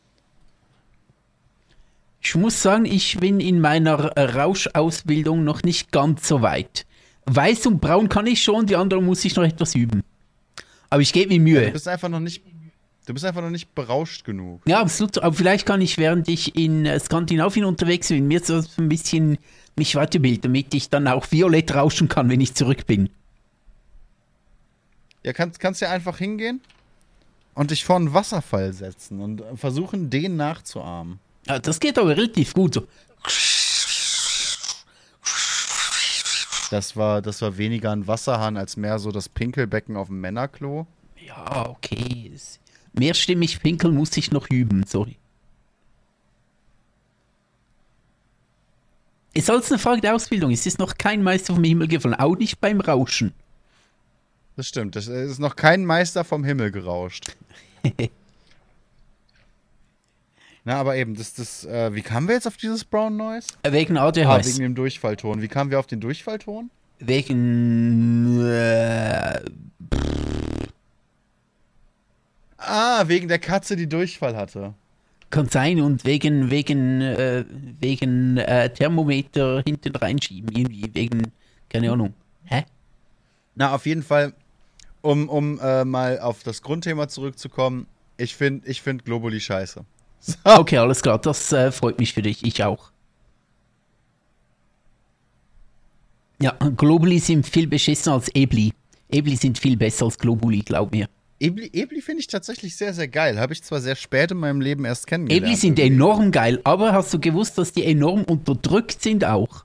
Ich muss sagen, ich bin in meiner äh, Rauschausbildung noch nicht ganz so weit. Weiß und braun kann ich schon, die anderen muss ich noch etwas üben. Aber ich gebe mir Du Mühe. bist einfach noch nicht, du bist einfach noch nicht berauscht genug. Ja, absolut. Aber vielleicht kann ich, während ich in äh, Skandinavien unterwegs bin, mir so ein bisschen mich weiterbilden, damit ich dann auch violett rauschen kann, wenn ich zurück bin. Ja, kannst, kannst ja einfach hingehen und dich vor einen Wasserfall setzen und versuchen, den nachzuahmen. Ja, das geht aber relativ gut. So. Das war, das war weniger ein Wasserhahn als mehr so das Pinkelbecken auf dem Männerklo. Ja, okay. Es- Mehrstimmig pinkeln muss ich noch üben, sorry. Ist alles eine Frage der Ausbildung. Es ist noch kein Meister vom Himmel gefallen, auch nicht beim Rauschen. Das stimmt, das ist noch kein Meister vom Himmel gerauscht. Na, aber eben, das, das, äh, wie kamen wir jetzt auf dieses Brown Noise? Wegen Ah, A D H S. wegen dem Durchfallton. Wie kamen wir auf den Durchfallton? Wegen. Äh, Ah, wegen der Katze, die Durchfall hatte. kann sein und wegen. Wegen. Äh, wegen äh, Thermometer hinten reinschieben. Irgendwie. Wegen. Keine Ahnung. Hä? Na, auf jeden Fall, um, um äh, mal auf das Grundthema zurückzukommen, ich finde ich find Globuli scheiße. So. Okay, alles klar. Das äh, freut mich für dich. Ich auch. Ja, Globuli sind viel beschissener als Ebli. Ebli sind viel besser als Globuli, glaub mir. Ebli, Ebli finde ich tatsächlich sehr, sehr geil. Habe ich zwar sehr spät in meinem Leben erst kennengelernt. Ebli sind irgendwie. enorm geil, aber hast du gewusst, dass die enorm unterdrückt sind auch?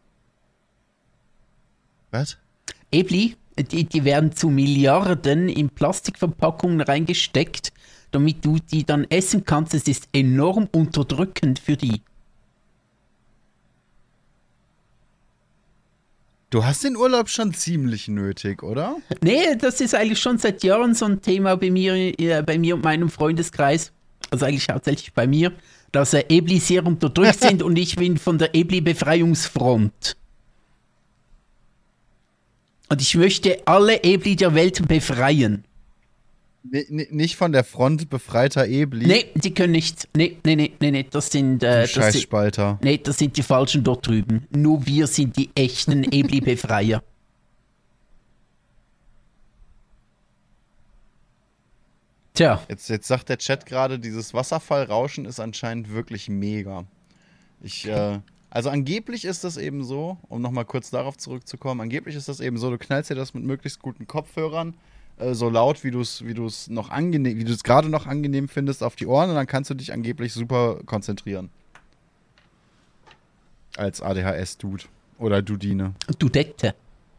Was? Ebli, die, die werden zu Milliarden in Plastikverpackungen reingesteckt, damit du die dann essen kannst. Es ist enorm unterdrückend für die. Du hast den Urlaub schon ziemlich nötig, oder? Nee, das ist eigentlich schon seit Jahren so ein Thema bei mir, äh, bei mir und meinem Freundeskreis. Also eigentlich hauptsächlich bei mir, dass äh, Ebli sehr unterdrückt sind und ich bin von der Ebli-Befreiungsfront. Und ich möchte alle Ebli der Welt befreien. N nicht von der Front befreiter Ebli. Nee, die können nicht. Nee, nee, nee, nee, nee, das sind, äh, das sind, Scheißspalter. nee, das sind die Falschen dort drüben. Nur wir sind die echten Ebli-Befreier. Tja, Jetzt, jetzt sagt der Chat gerade, dieses Wasserfallrauschen ist anscheinend wirklich mega. Ich, äh, also angeblich ist das eben so, um nochmal kurz darauf zurückzukommen, angeblich ist das eben so, du knallst dir das mit möglichst guten Kopfhörern äh, so laut, wie du es wie du's noch angenehm, wie du es gerade noch angenehm findest, auf die Ohren und dann kannst du dich angeblich super konzentrieren. Als A D H S-Dude. Oder Dudine. Dudette.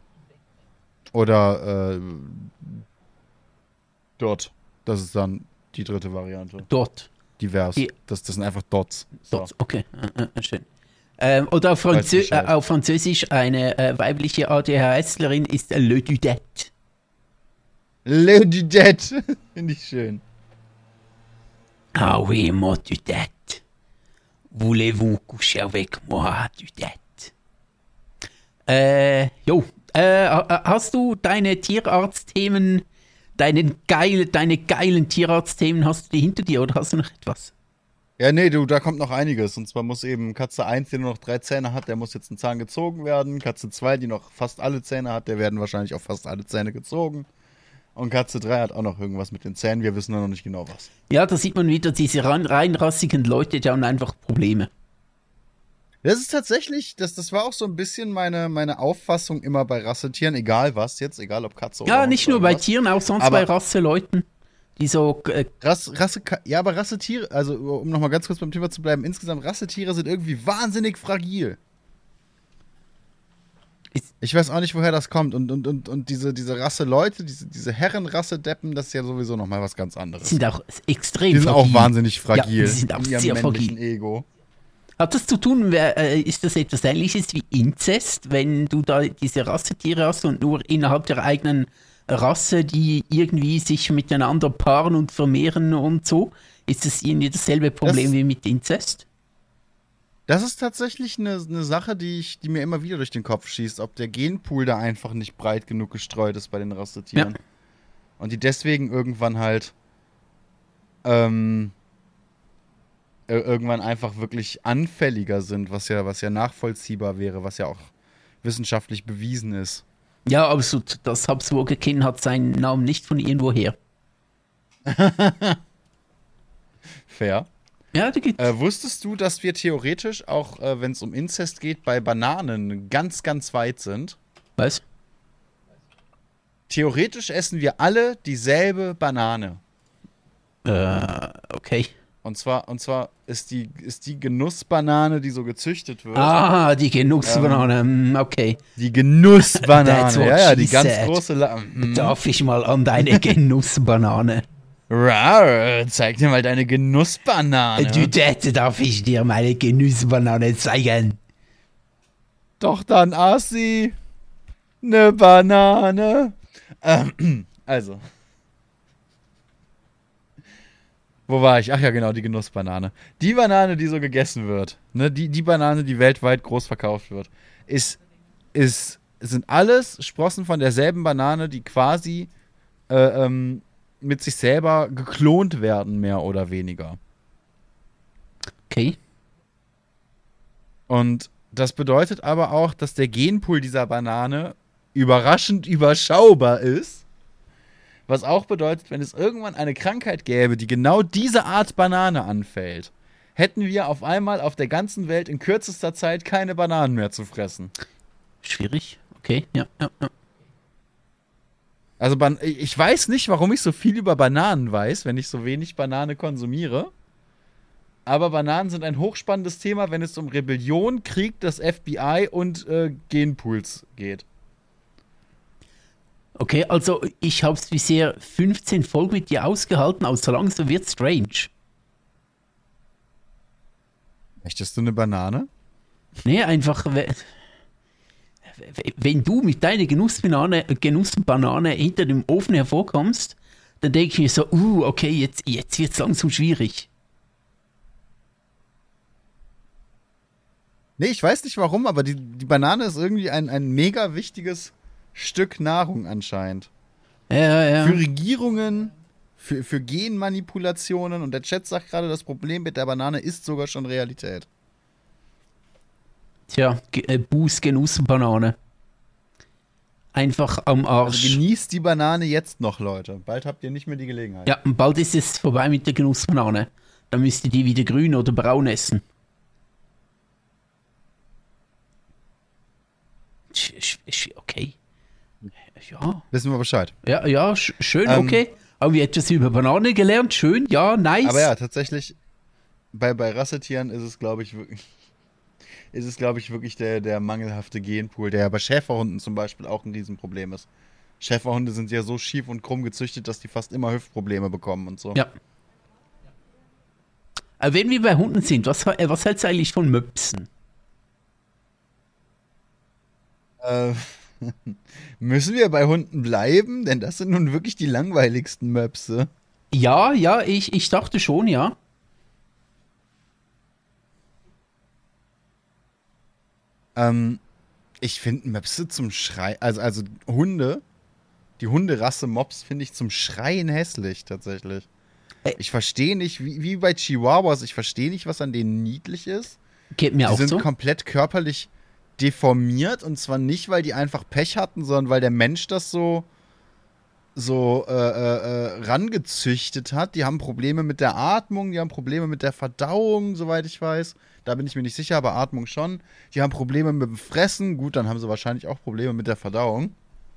Oder äh, dort. Das ist dann die dritte Variante. Dort. Divers. Die- Das, das sind einfach Dots. So. Dort, okay, äh, äh, schön. Ähm, oder auf, Franzö Weiß Bescheid. äh, auf Französisch eine äh, weibliche ADHSlerin ist Le Dudette. Le Dudette. Finde ich schön. Ah oui, mon Dudette. Voulez-vous coucher avec moi, Dudette? Äh, jo. Äh, ha- hast du deine Ja, nee, du, da kommt noch einiges. Und zwar muss eben Katze eins, die nur noch drei Zähne hat, der muss jetzt ein Zahn gezogen werden. Katze zwei, die noch fast alle Zähne hat, der werden wahrscheinlich auch fast alle Zähne gezogen. Und Katze drei hat auch noch irgendwas mit den Zähnen, wir wissen nur noch nicht genau was. Ja, da sieht man wieder diese rein, reinrassigen Leute, die haben einfach Probleme. Das ist tatsächlich, das, das war auch so ein bisschen meine, meine Auffassung immer bei Rassetieren, egal was jetzt, egal ob Katze oder Ja, Hund nicht oder nur bei was. Tieren, auch sonst Aber- bei Rasseleuten, die so, äh, Rass, Rasse, ja, aber Rassetiere, also um nochmal ganz kurz beim Thema zu bleiben, insgesamt Rassetiere sind irgendwie wahnsinnig fragil. Ist- Ich weiß auch nicht, woher das kommt. Und, und, und, und diese, diese Rasse-Leute, diese, diese Herrenrasse-Deppen, das ist ja sowieso nochmal was ganz anderes. sind auch extrem Die sind fragil. auch wahnsinnig fragil. Ja, die sind auch in ihrem sehr männlichen fragil. Ego. Hat das zu tun, wer- äh, ist das etwas Ähnliches wie Inzest, wenn du da diese Rassetiere hast und nur innerhalb der eigenen Rasse, die irgendwie sich miteinander paaren und vermehren und so? Ist das irgendwie dasselbe Problem Das- wie mit Inzest? Das ist tatsächlich eine, eine Sache, die, ich, die mir immer wieder durch den Kopf schießt, ob der Genpool da einfach nicht breit genug gestreut ist bei den Rassetieren. Ja. Und die deswegen irgendwann halt ähm, ir- irgendwann einfach wirklich anfälliger sind, was ja, was ja nachvollziehbar wäre, was ja auch wissenschaftlich bewiesen ist. Ja, absolut. Das Habsburger Kind hat seinen Namen nicht von irgendwoher. Fair. Ja, die gibt Äh, wusstest du, dass wir theoretisch auch, äh, wenn es um Inzest geht, bei Bananen ganz, ganz weit sind? Was? Theoretisch essen wir alle dieselbe Banane. Äh, okay. Und zwar, und zwar ist die, ist die Genussbanane, die so gezüchtet wird. Ah, die Genussbanane. Ähm, okay. Die Genussbanane. That's what Ja, ja, she die ganz said. große. La mm. Darf ich mal an deine Genussbanane? Rar, zeig dir mal deine Genussbanane. Du, Dad, darf ich dir meine Genussbanane zeigen? Doch dann, Assi. Ne Banane. Ähm, also. Wo war ich? Ach ja, genau, die Genussbanane. Die Banane, die so gegessen wird, ne, die, die Banane, die weltweit groß verkauft wird, ist, ist, sind alles Sprossen von derselben Banane, die quasi äh, ähm, mit sich selber geklont werden, mehr oder weniger. Okay. Und das bedeutet aber auch, dass der Genpool dieser Banane überraschend überschaubar ist. Was auch bedeutet, wenn es irgendwann eine Krankheit gäbe, die genau diese Art Banane anfällt, hätten wir auf einmal auf der ganzen Welt in kürzester Zeit keine Bananen mehr zu fressen. Schwierig. Okay, ja, ja, ja. Also ban- ich weiß nicht, warum ich so viel über Bananen weiß, wenn ich so wenig Banane konsumiere. Aber Bananen sind ein hochspannendes Thema, wenn es um Rebellion, Krieg, das F B I und äh, Genpools geht. Okay, also ich habe es bisher fünfzehn Folgen mit dir ausgehalten, aber so langsam wird strange. Möchtest du eine Banane? Nee, einfach, we- wenn du mit deiner Genussbanane, Genussbanane hinter dem Ofen hervorkommst, dann denke ich mir so, uh, okay, jetzt, jetzt wird es langsam schwierig. Nee, ich weiß nicht warum, aber die, die Banane ist irgendwie ein, ein mega wichtiges Stück Nahrung anscheinend. Ja, ja, ja. Für Regierungen, für, für Genmanipulationen. Und der Chat sagt gerade, das Problem mit der Banane ist sogar schon Realität. Tja, Ge- äh, Buß, Genussbanane. Einfach am Also Arsch. genießt die Banane jetzt noch, Leute. Bald habt ihr nicht mehr die Gelegenheit. Ja, und bald ist es vorbei mit der Genussbanane. Dann müsst ihr die wieder grün oder braun essen. Sch- sch- sch- Okay. Ja, Wissen wir Bescheid. ja, ja, sch schön, Ähm, okay. Haben wir etwas über Banane gelernt? Schön, ja, nice. Aber ja, tatsächlich, bei, bei Rassetieren ist es, glaube ich, wirklich. Ist es, glaube ich, wirklich der, der mangelhafte Genpool, der ja bei Schäferhunden zum Beispiel auch ein Riesenproblem ist. Schäferhunde sind ja so schief und krumm gezüchtet, dass die fast immer Hüftprobleme bekommen und so. Ja. Aber wenn wir bei Hunden sind, was, äh, was hältst du eigentlich von Möpsen? Äh, müssen wir bei Hunden bleiben? Denn das sind nun wirklich die langweiligsten Möpse. Ja, ja, ich, ich dachte schon, ja. Ähm, ich finde Möpse zum Schrei, also, also Hunde, die Hunderasse Mops finde ich zum Schreien hässlich, tatsächlich. Ich verstehe nicht, wie, wie bei Chihuahuas, ich verstehe nicht, was an denen niedlich ist. Geht mir Die auch sind so. komplett körperlich deformiert und zwar nicht, weil die einfach Pech hatten, sondern weil der Mensch das so, so äh, äh, äh, rangezüchtet hat. Die haben Probleme mit der Atmung, die haben Probleme mit der Verdauung, soweit ich weiß. Da bin ich mir nicht sicher, aber Atmung schon. Die haben Probleme mit dem Fressen. Gut, dann haben sie wahrscheinlich auch Probleme mit der Verdauung.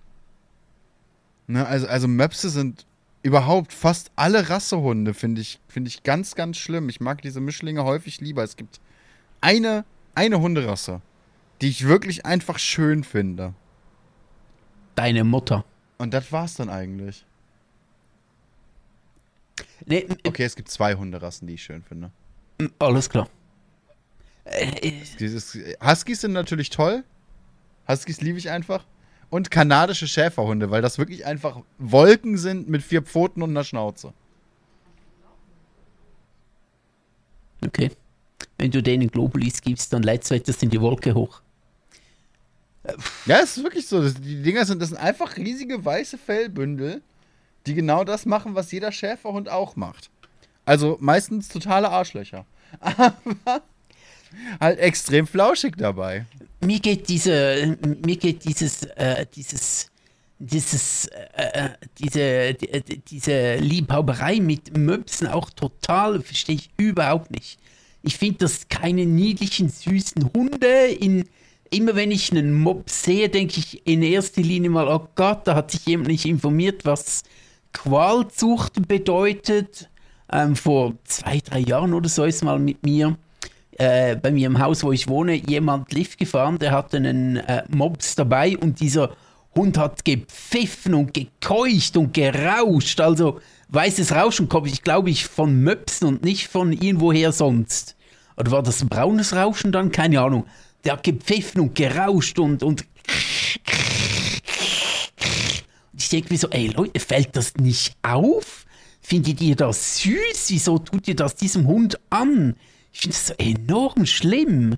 Ne, also, also Möpse sind überhaupt fast alle Rassehunde, finde ich, finde ich ganz, ganz schlimm. Ich mag diese Mischlinge häufig lieber. Es gibt eine, eine Hunderasse, die ich wirklich einfach schön finde. Deine Mutter. Und das war's dann eigentlich. Nee, Okay, es gibt zwei Hunderassen, die ich schön finde. äh, alles klar. Äh, Dieses, Huskies sind natürlich toll. Huskies liebe ich einfach. Und kanadische Schäferhunde, weil das wirklich einfach Wolken sind mit vier Pfoten und einer Schnauze. Okay. Wenn du denen Globulis gibst, dann leitst du etwas in die Wolke hoch. Ja, es ist wirklich so. Das, die Dinger sind, das sind einfach riesige weiße Fellbündel, die genau das machen, was jeder Schäferhund auch macht. Also meistens totale Arschlöcher. Aber halt extrem flauschig dabei. Mir geht diese, mir geht dieses, äh, dieses, dieses, äh, diese, die, diese Liebhaberei mit Möpsen auch total, verstehe ich überhaupt nicht. Ich finde das keine niedlichen, süßen Hunde. In, immer wenn ich einen Mops sehe, denke ich in erster Linie mal, oh Gott, da hat sich jemand nicht informiert, was Qualzucht bedeutet. Ähm, vor zwei, drei Jahren oder so ist mal mit mir Äh, bei mir im Haus, wo ich wohne, jemand Lift gefahren, der hatte einen äh, Mops dabei und dieser Hund hat gepfiffen und gekeucht und gerauscht. Also weißes Rauschen kommt, ich glaube, ich von Möpsen und nicht von irgendwoher sonst. Oder war das ein braunes Rauschen dann? Keine Ahnung. Der hat gepfiffen und gerauscht und, und ich denke mir so, ey Leute, fällt das nicht auf? Findet ihr das süß? Wieso tut ihr das diesem Hund an? Ich finde das so enorm schlimm.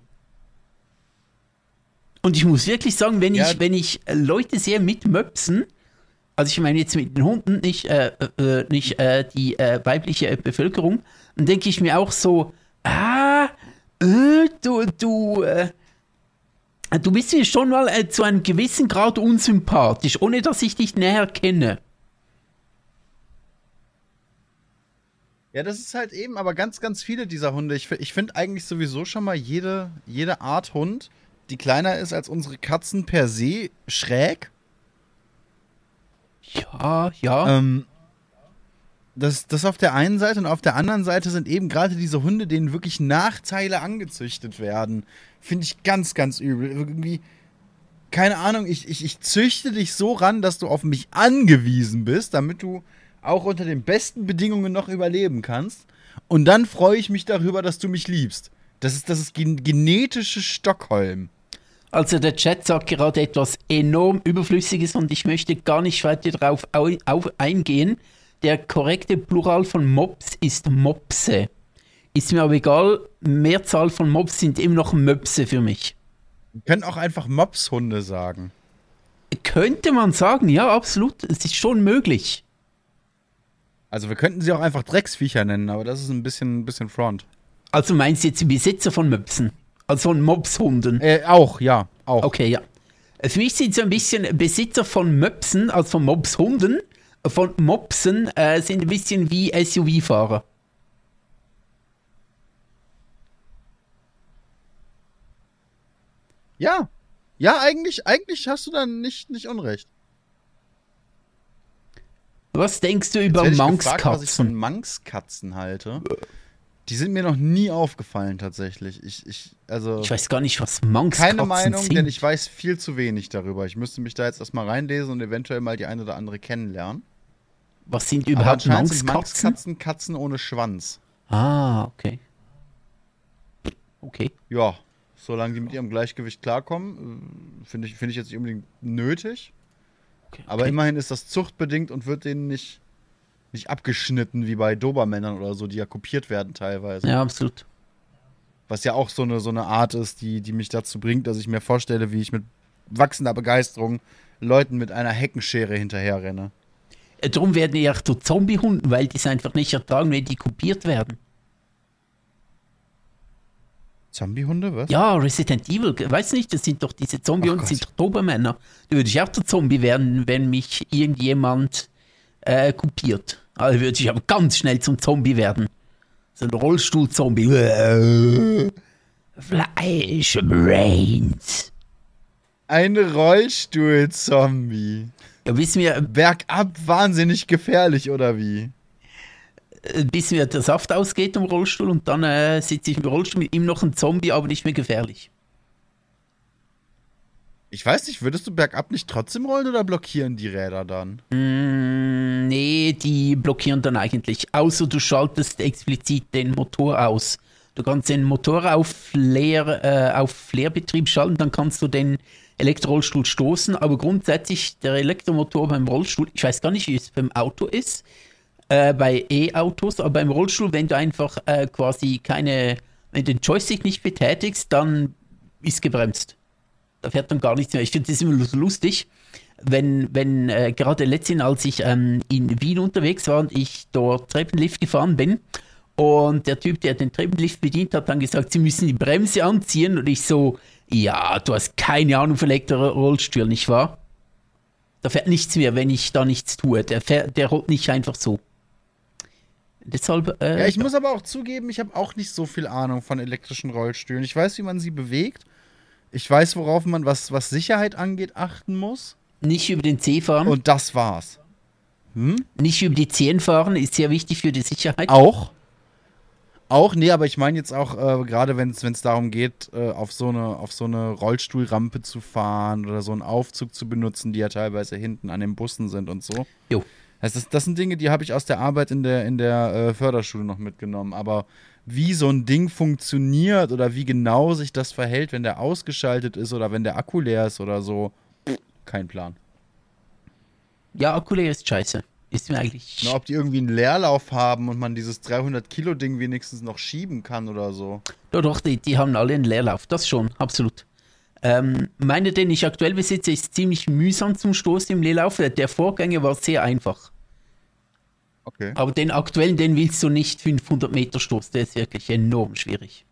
Und ich muss wirklich sagen, wenn Ja. ich, wenn ich Leute sehe mit Möpsen, also ich meine jetzt mit den Hunden, nicht, äh, äh, nicht äh, die äh, weibliche Bevölkerung, dann denke ich mir auch so, ah, äh, du, du, äh, du bist mir schon mal äh, zu einem gewissen Grad unsympathisch, ohne dass ich dich näher kenne. Ja, das ist halt eben, aber ganz, ganz viele dieser Hunde. Ich, fi- ich finde eigentlich sowieso schon mal jede, jede Art Hund, die kleiner ist als unsere Katzen per se, schräg. Ja, ja. Ähm, das, das auf der einen Seite und auf der anderen Seite sind eben gerade diese Hunde, denen wirklich Nachteile angezüchtet werden. Finde ich ganz, ganz übel. Irgendwie, keine Ahnung, ich, ich, ich züchte dich so ran, dass du auf mich angewiesen bist, damit du auch unter den besten Bedingungen noch überleben kannst. Und dann freue ich mich darüber, dass du mich liebst. Das ist das ist gen genetische Stockholm. Also der Chat sagt gerade etwas enorm Überflüssiges und ich möchte gar nicht weiter darauf au- auf eingehen. Der korrekte Plural von Mops ist Mopse. Ist mir aber egal, Mehrzahl von Mops sind immer noch Möpse für mich. Wir können auch einfach Mopshunde sagen. Könnte man sagen, ja, absolut. Es ist schon möglich. Also wir könnten sie auch einfach Drecksviecher nennen, aber das ist ein bisschen, ein bisschen Front. Also meinst du jetzt die Besitzer von Möpsen? Also von Mopshunden? Äh, auch, ja, auch. Okay, ja. Für mich sind so ein bisschen Besitzer von Möpsen, also von Mopshunden, von Mopsen, äh, sind ein bisschen wie S U V-Fahrer. Ja. Ja, eigentlich, eigentlich hast du dann nicht, nicht Unrecht. Was denkst du Jetzt über hätte ich gefragt, was ich von Manxkatzen? Manxkatzen halte. Die sind mir noch nie aufgefallen, tatsächlich. Ich, ich, also, Ich weiß gar nicht, was Manxkatzen keine Meinung, sind. denn ich weiß viel zu wenig darüber. Ich müsste mich da jetzt erstmal reinlesen und eventuell mal die eine oder andere kennenlernen. Was sind Aber überhaupt anscheinend sind Manxkatzen? Manxkatzen Katzen ohne Schwanz. Ah, okay. Okay. Ja, solange die mit ihrem Gleichgewicht klarkommen, äh, finde ich, finde ich jetzt nicht unbedingt nötig. okay, Aber okay. immerhin ist das zuchtbedingt und wird denen nicht, nicht abgeschnitten wie bei Dobermännern oder so, die ja kopiert werden teilweise. Ja, absolut. Was ja auch so eine, so eine Art ist, die, die mich dazu bringt, dass ich mir vorstelle, wie ich mit wachsender Begeisterung Leuten mit einer Heckenschere hinterherrenne. Äh, Darum werden die auch zu Zombie-Hunden, weil die es einfach nicht ertragen, wenn die kopiert werden. Zombiehunde, was? Ja, Resident Evil, weiß nicht, das sind doch diese Zombie-Hunde, Ach sind Gott. doch Dobermänner. Da würde ich auch zu Zombie werden, wenn mich irgendjemand äh, kopiert. Also würde ich aber ganz schnell zum Zombie werden. So ein Rollstuhl-Zombie. Fleisch, Brains. Ein Rollstuhl-Zombie. Ja, wissen wir, Bergab wahnsinnig gefährlich, oder wie? äh, bis mir der Saft ausgeht im Rollstuhl und dann äh, sitze ich im Rollstuhl mit ihm noch ein Zombie, aber nicht mehr gefährlich. Ich weiß nicht, würdest du bergab nicht trotzdem rollen oder blockieren die Räder dann? Mm, nee, die blockieren dann eigentlich. Außer du schaltest explizit den Motor aus. Du kannst den Motor auf, Leer, äh, auf Leerbetrieb schalten, dann kannst du den Elektrorollstuhl stoßen. Aber grundsätzlich der Elektromotor beim Rollstuhl, ich weiß gar nicht, wie es beim Auto ist, äh, bei E-Autos, aber beim Rollstuhl, wenn du einfach äh, quasi keine, wenn du den Joystick nicht betätigst, dann ist gebremst. Da fährt dann gar nichts mehr. Ich finde das immer so lustig, wenn, wenn äh, gerade letztens, als ich ähm, in Wien unterwegs war und ich dort Treppenlift gefahren bin und der Typ, der den Treppenlift bedient hat, dann gesagt, sie müssen die Bremse anziehen und ich so, ja, du hast keine Ahnung von Elektrorollstuhl, nicht wahr? Da fährt nichts mehr, wenn ich da nichts tue. Der, fährt, der rollt nicht einfach so. Deshalb, äh, Ja, ich muss aber auch zugeben, ich habe auch nicht so viel Ahnung von elektrischen Rollstühlen. Ich weiß, wie man sie bewegt. Ich weiß, worauf man, was, was Sicherheit angeht, achten muss. nicht über den C fahren, Und das war's. Hm? nicht über die Zehen fahren, ist sehr wichtig für die Sicherheit. Auch. Auch, nee, aber ich meine jetzt auch, äh, gerade wenn es darum geht, äh, auf, so eine, auf so eine Rollstuhlrampe zu fahren oder so einen Aufzug zu benutzen, die ja teilweise hinten an den Bussen sind und so. Jo. Das, ist, das sind Dinge, die habe ich aus der Arbeit in der, in der äh, Förderschule noch mitgenommen. Aber wie so ein Ding funktioniert oder wie genau sich das verhält, wenn der ausgeschaltet ist oder wenn der Akku leer ist oder so, kein Plan. Ja, Akku leer ist scheiße. Ist mir eigentlich. Na, ob die irgendwie einen Leerlauf haben und man dieses dreihundert Kilo Ding wenigstens noch schieben kann oder so. Doch, doch, die, die haben alle einen Leerlauf. Das schon, absolut. Ähm, meine, den ich aktuell besitze, ist ziemlich mühsam zum Stoßen im Leerlauf. Der Vorgänger war sehr einfach. Okay. Aber den aktuellen, den willst du nicht fünfhundert Meter stoßen. Der ist wirklich enorm schwierig.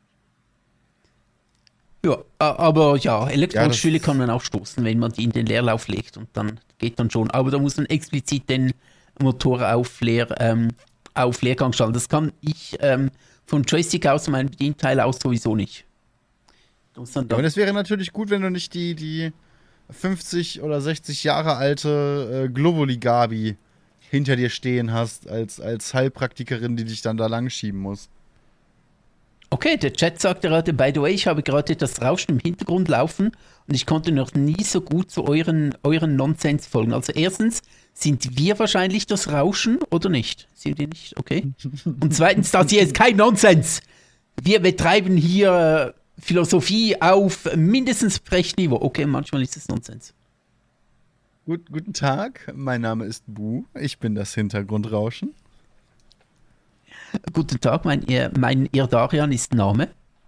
Ja, a- aber ja, Elektrorollstühle kann man auch stoßen, wenn man die in den Leerlauf legt und dann geht dann schon. Aber da muss man explizit den Motor auf, Leer, ähm, auf Leergang schalten. Das kann ich ähm, von Joystick aus und meinem Bedienteil aus sowieso nicht. Da muss man Ja, dann, und es wäre natürlich gut, wenn du nicht die, die fünfzig oder sechzig Jahre alte äh, Globuli-Gabi hinter dir stehen hast, als, als Heilpraktikerin, die dich dann da lang schieben muss. okay, der Chat sagt gerade, by the way, ich habe gerade das Rauschen im Hintergrund laufen und ich konnte noch nie so gut zu euren, euren Nonsens folgen. Also erstens, sind wir wahrscheinlich das Rauschen oder nicht? Sind wir nicht? Okay. Und zweitens, das hier ist kein Nonsens. Wir betreiben hier Philosophie auf mindestens Sprechniveau. Okay, manchmal ist es Nonsens. Gut, guten Tag, mein Name ist Bu, ich bin das Hintergrundrauschen. Guten Tag, mein, ihr, mein Irdarian ist Name.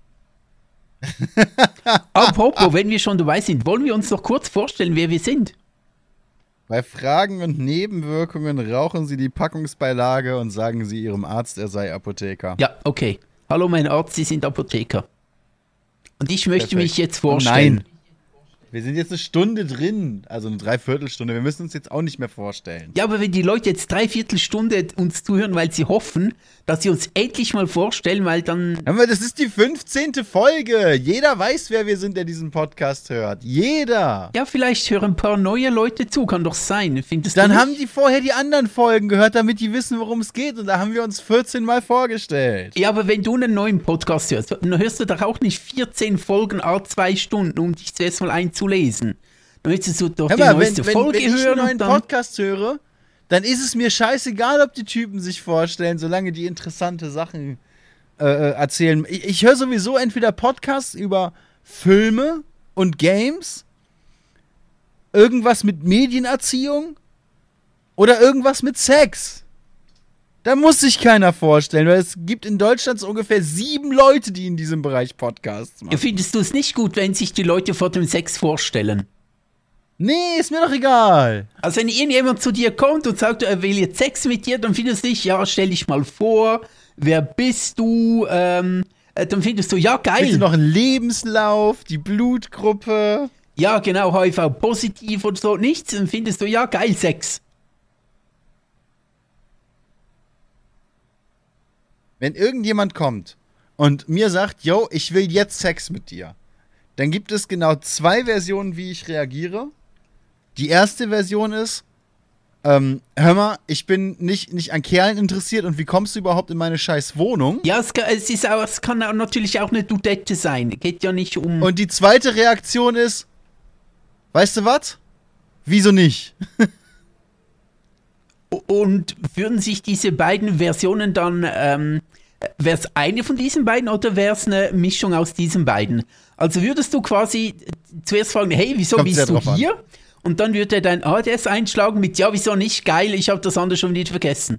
Apropos, wenn wir schon dabei sind, wollen wir uns noch kurz vorstellen, wer wir sind? Bei Fragen und Nebenwirkungen rauchen Sie die Packungsbeilage und sagen Sie Ihrem Arzt, er sei Apotheker. Ja, okay. Hallo, mein Arzt, Sie sind Apotheker. Und ich möchte Perfekt. mich jetzt Oh vorstellen. nein. Wir sind jetzt eine Stunde drin, also eine Dreiviertelstunde. Wir müssen uns jetzt auch nicht mehr vorstellen. Ja, aber wenn die Leute jetzt dreiviertel Stunde uns zuhören, weil sie hoffen, dass sie uns endlich mal vorstellen, weil dann. Hör mal, das ist die fünfzehnte Folge. Jeder weiß, wer wir sind, der diesen Podcast hört. Jeder. Ja, vielleicht hören ein paar neue Leute zu, kann doch sein. Findest Dann du haben nicht? die vorher die anderen Folgen gehört, damit die wissen, worum es geht. Und da haben wir uns vierzehn Mal vorgestellt. Ja, aber wenn du einen neuen Podcast hörst, dann hörst du doch auch nicht vierzehn Folgen a zwei Stunden, um dich zuerst mal einzulesen. Dann möchtest du doch Hör die mal, wenn, neueste wenn, Folge wenn ich einen hören neuen und dann. Podcast höre, dann ist es mir scheißegal, ob die Typen sich vorstellen, solange die interessante Sachen äh, erzählen. Ich, ich höre sowieso entweder Podcasts über Filme und Games, irgendwas mit Medienerziehung oder irgendwas mit Sex. Da muss sich keiner vorstellen, weil es gibt in Deutschland so ungefähr sieben Leute, die in diesem Bereich Podcasts Ja, machen. findest du es nicht gut, wenn sich die Leute vor dem Sex vorstellen? Nee, ist mir doch egal. Also wenn irgendjemand zu dir kommt und sagt, er will jetzt Sex mit dir, dann findest du nicht, ja, stell dich mal vor, wer bist du? Ähm, äh, dann findest du, ja, geil. Bitte noch einen Lebenslauf, die Blutgruppe. Ja, genau, H I V-positiv oder so, nichts. Dann findest du, ja, geil, Sex. Wenn irgendjemand kommt und mir sagt, yo, ich will jetzt Sex mit dir, dann gibt es genau zwei Versionen, wie ich reagiere. Die erste Version ist, ähm, hör mal, ich bin nicht, nicht an Kerlen interessiert und wie kommst du überhaupt in meine scheiß Wohnung? Ja, es kann, es ist auch, es kann auch natürlich auch eine Dudette sein. Geht ja nicht um... Und die zweite Reaktion ist, weißt du was? Wieso nicht? Und würden sich diese beiden Versionen dann, ähm, wäre es eine von diesen beiden oder wäre es eine Mischung aus diesen beiden? Also würdest du quasi zuerst fragen, hey, wieso Kommt bist sehr du drauf an. hier? Und dann würde er dein A D S einschlagen mit, ja, wieso nicht, geil, ich habe das andere schon wieder vergessen.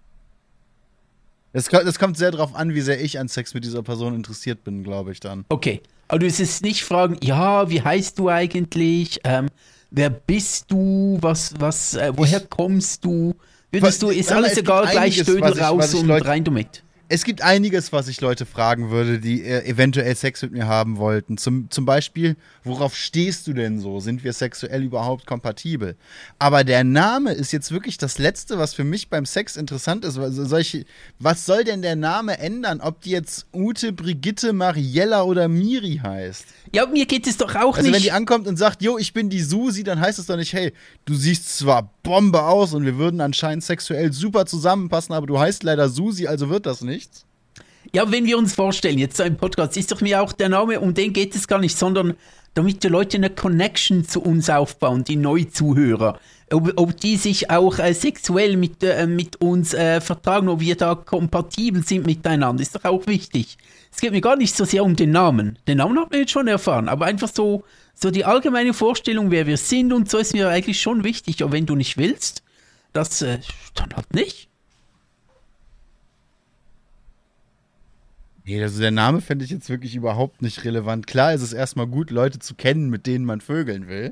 Das, ko- das kommt sehr drauf an, wie sehr ich an Sex mit dieser Person interessiert bin, glaube ich dann. Okay, aber du wirst es nicht fragen, ja, wie heißt du eigentlich, ähm, wer bist du, was, was, äh, woher kommst du? Würdest du, ist Sag mal, alles es gibt egal, gleich einiges, Stödel was ich- was raus ich und Leute- rein damit. Es gibt einiges, was ich Leute fragen würde, die äh, eventuell Sex mit mir haben wollten. Zum, zum Beispiel, worauf stehst du denn so? Sind wir sexuell überhaupt kompatibel? Aber der Name ist jetzt wirklich das Letzte, was für mich beim Sex interessant ist. Also solche, was soll denn der Name ändern, ob die jetzt Ute, Brigitte, Mariella oder Miri heißt? Ja, mir geht es doch auch Also wenn nicht. die ankommt und sagt, jo, ich bin die Susi, dann heißt es doch nicht, hey, du siehst zwar Bombe aus und wir würden anscheinend sexuell super zusammenpassen, aber du heißt leider Susi, also wird das nichts. Ja, wenn wir uns vorstellen, jetzt so ein Podcast, ist doch mir auch der Name, um den geht es gar nicht, sondern damit die Leute eine Connection zu uns aufbauen, die Neuzuhörer. Ob, ob die sich auch äh, sexuell mit, äh, mit uns äh, vertragen, ob wir da kompatibel sind miteinander, ist doch auch wichtig. Es geht mir gar nicht so sehr um den Namen. Den Namen hat man jetzt schon erfahren, aber einfach so, so die allgemeine Vorstellung, wer wir sind und so ist mir eigentlich schon wichtig. Aber wenn du nicht willst, das äh, dann halt nicht. Nee, also der Name fände ich jetzt wirklich überhaupt nicht relevant. Klar ist es erstmal gut, Leute zu kennen, mit denen man vögeln will.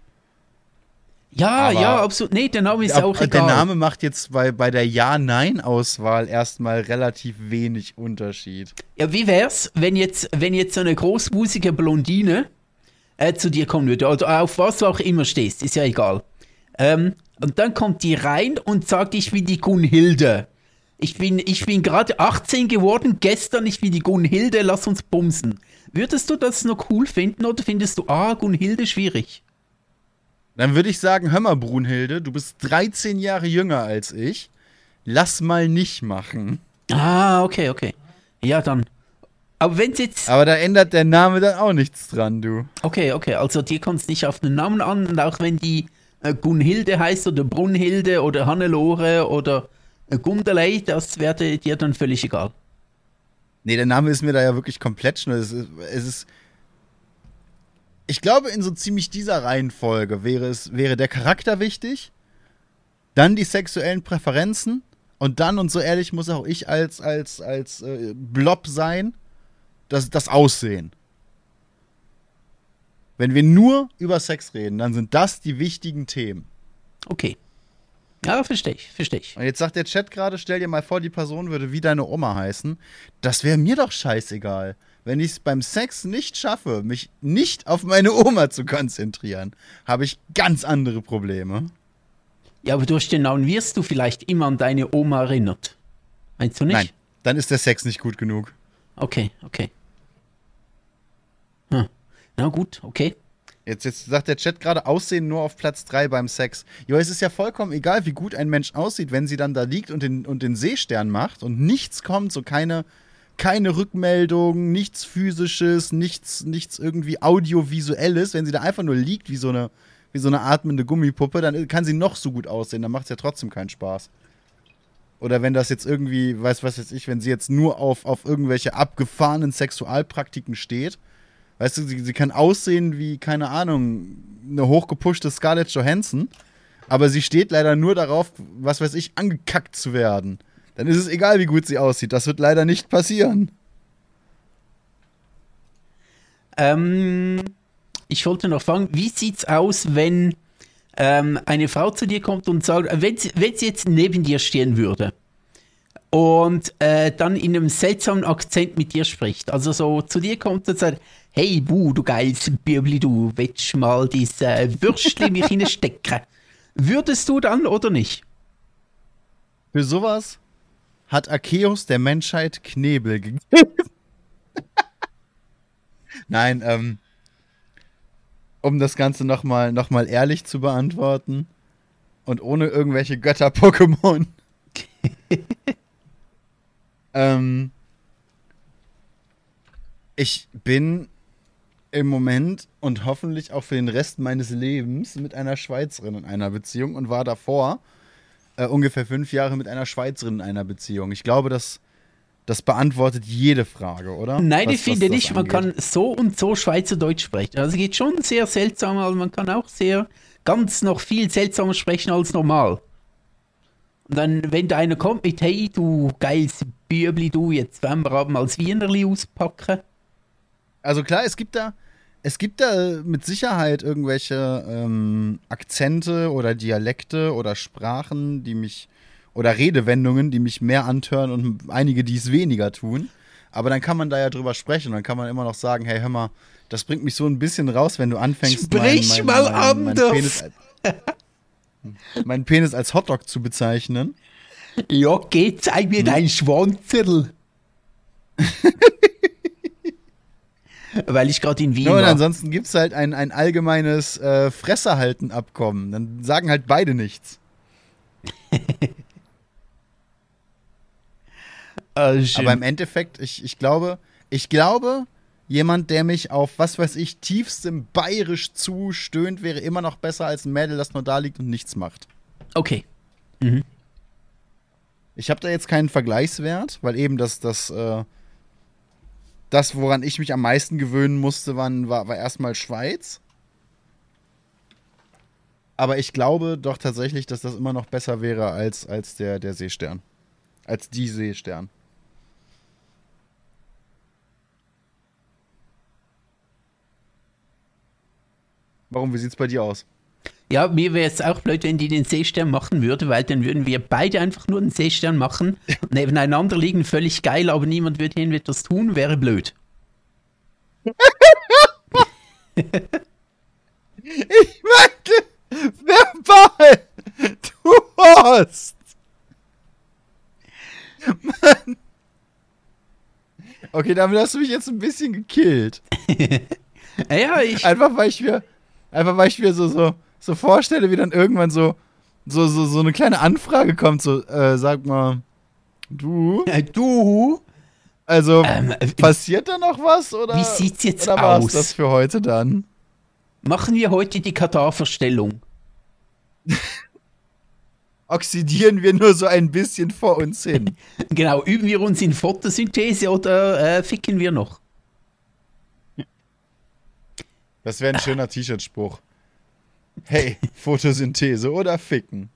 Ja, Aber- ja, absolut. Nee, der Name ist Ab- auch der egal. Name macht jetzt bei, bei der Ja-Nein-Auswahl erstmal relativ wenig Unterschied. Ja, wie wär's, wenn jetzt, wenn jetzt so eine großbusige Blondine äh, zu dir kommen würde, oder auf was du auch immer stehst, ist ja egal. Ähm, und dann kommt die rein und sagt, ich bin die Gunhilde. Ich bin, ich bin gerade achtzehn geworden, gestern, ich bin die Gunhilde, lass uns bumsen. Würdest du das noch cool finden oder findest du, ah, Gunhilde schwierig? Dann würde ich sagen, hör mal, Brunhilde, du bist dreizehn Jahre jünger als ich. Lass mal nicht machen. Ah, okay, okay. Ja, dann. Aber wenn es jetzt. Aber da ändert der Name dann auch nichts dran, du. Okay, okay, also dir kommt es nicht auf den Namen an und auch wenn die äh, Gunhilde heißt oder Brunhilde oder Hannelore oder äh, Gundelei, das wäre dir dann völlig egal. Nee, der Name ist mir da ja wirklich komplett schnell. Es ist, es ist. Ich glaube, in so ziemlich dieser Reihenfolge wäre es, wäre der Charakter wichtig, dann die sexuellen Präferenzen und dann, und so ehrlich muss auch ich als, als, als äh, Blob sein, das, das Aussehen. Wenn wir nur über Sex reden, dann sind das die wichtigen Themen. Okay. Ja, verstehe ich, verstehe ich. Und jetzt sagt der Chat gerade, stell dir mal vor, die Person würde wie deine Oma heißen. Das wäre mir doch scheißegal. Wenn ich es beim Sex nicht schaffe, mich nicht auf meine Oma zu konzentrieren, habe ich ganz andere Probleme. Ja, aber durch den Namen wirst du vielleicht immer an deine Oma erinnert. Meinst du nicht? Nein, dann ist der Sex nicht gut genug. Okay, okay. Hm. Na gut, okay. Jetzt, jetzt sagt der Chat gerade, Aussehen nur auf Platz drei beim Sex. Jo, es ist ja vollkommen egal, wie gut ein Mensch aussieht, wenn sie dann da liegt und den, und den Seestern macht und nichts kommt, so keine, keine Rückmeldung, nichts Physisches, nichts, nichts irgendwie Audiovisuelles. Wenn sie da einfach nur liegt wie so eine, wie so eine atmende Gummipuppe, dann kann sie noch so gut aussehen, dann macht es ja trotzdem keinen Spaß. Oder wenn das jetzt irgendwie, weiß was weiß ich, wenn sie jetzt nur auf, auf irgendwelche abgefahrenen Sexualpraktiken steht. Weißt du, sie, sie kann aussehen wie, keine Ahnung, eine hochgepushte Scarlett Johansson, aber sie steht leider nur darauf, was weiß ich, angekackt zu werden. Dann ist es egal, wie gut sie aussieht. Das wird leider nicht passieren. Ähm, ich wollte noch fragen, wie sieht's aus, wenn ähm, eine Frau zu dir kommt und sagt, wenn sie, wenn sie jetzt neben dir stehen würde und äh, dann in einem seltsamen Akzent mit dir spricht, also so zu dir kommt und sagt, hey, bu, du geiles Bübli, du willst mal dieses äh, Würstchen mich hineinstecken. Würdest du dann oder nicht? Für sowas hat Arceus der Menschheit Knebel gegeben. Nein, ähm, um das Ganze nochmal noch mal ehrlich zu beantworten und ohne irgendwelche Götter-Pokémon. ähm, ich bin im Moment und hoffentlich auch für den Rest meines Lebens mit einer Schweizerin in einer Beziehung und war davor äh, ungefähr fünf Jahre mit einer Schweizerin in einer Beziehung. Ich glaube, das, das beantwortet jede Frage, oder? Nein, was, ich finde was das nicht. Man angeht. kann so und so Schweizerdeutsch sprechen. Also es geht schon sehr seltsam, aber man kann auch sehr, ganz noch viel seltsamer sprechen als normal. Und dann, wenn da einer kommt mit, hey, du geiles Bübli, du, jetzt wollen wir aber mal das Wienerli auspacken. Also klar, es gibt da, es gibt da mit Sicherheit irgendwelche ähm, Akzente oder Dialekte oder Sprachen, die mich, oder Redewendungen, die mich mehr antören und einige, die es weniger tun. Aber dann kann man da ja drüber sprechen und dann kann man immer noch sagen, hey, hör mal, das bringt mich so ein bisschen raus, wenn du anfängst, Sprich mein, mein, mal mein, mein, anders. Penis, meinen Penis als Hotdog zu bezeichnen. Ja, geh, zeig mir dein Schwanzerl. Weil ich gerade in Wien Ja, und war. ansonsten gibt es halt ein, ein allgemeines äh, Fresserhalten-Abkommen. Dann sagen halt beide nichts. Ah, schön. Aber im Endeffekt, ich, ich glaube, ich glaube, jemand, der mich auf, was weiß ich, tiefstem Bayerisch zustöhnt, wäre immer noch besser als ein Mädel, das nur da liegt und nichts macht. Okay. Mhm. Ich habe da jetzt keinen Vergleichswert, weil eben das, das, äh, das, woran ich mich am meisten gewöhnen musste, waren, war, war erstmal Schweiz. Aber ich glaube doch tatsächlich, dass das immer noch besser wäre als, als der, der Seestern. Als die Seestern. Warum? Wie sieht's bei dir aus? Ja, mir wäre es auch blöd, wenn die den Seestern machen würde, weil dann würden wir beide einfach nur einen Seestern machen, nebeneinander liegen, völlig geil, aber niemand würde irgendetwas tun, wäre blöd. Ich meinte, verbal, du Horst. Mann. Okay, damit hast du mich jetzt ein bisschen gekillt. Ja, ich... Einfach weil ich mir, einfach weil ich mir so, so, so vorstelle, wie dann irgendwann so, so, so, so eine kleine Anfrage kommt, so, äh, sag mal, du, Äh, du? also, Ähm, äh, passiert da noch was, oder? Wie sieht's jetzt oder war's aus? das für heute dann? Machen wir heute die Kadaverstellung. Oxidieren wir nur so ein bisschen vor uns hin. Genau, üben wir uns in Photosynthese oder äh, ficken wir noch? Das wäre ein schöner T-Shirt-Spruch. Hey, Photosynthese oder ficken?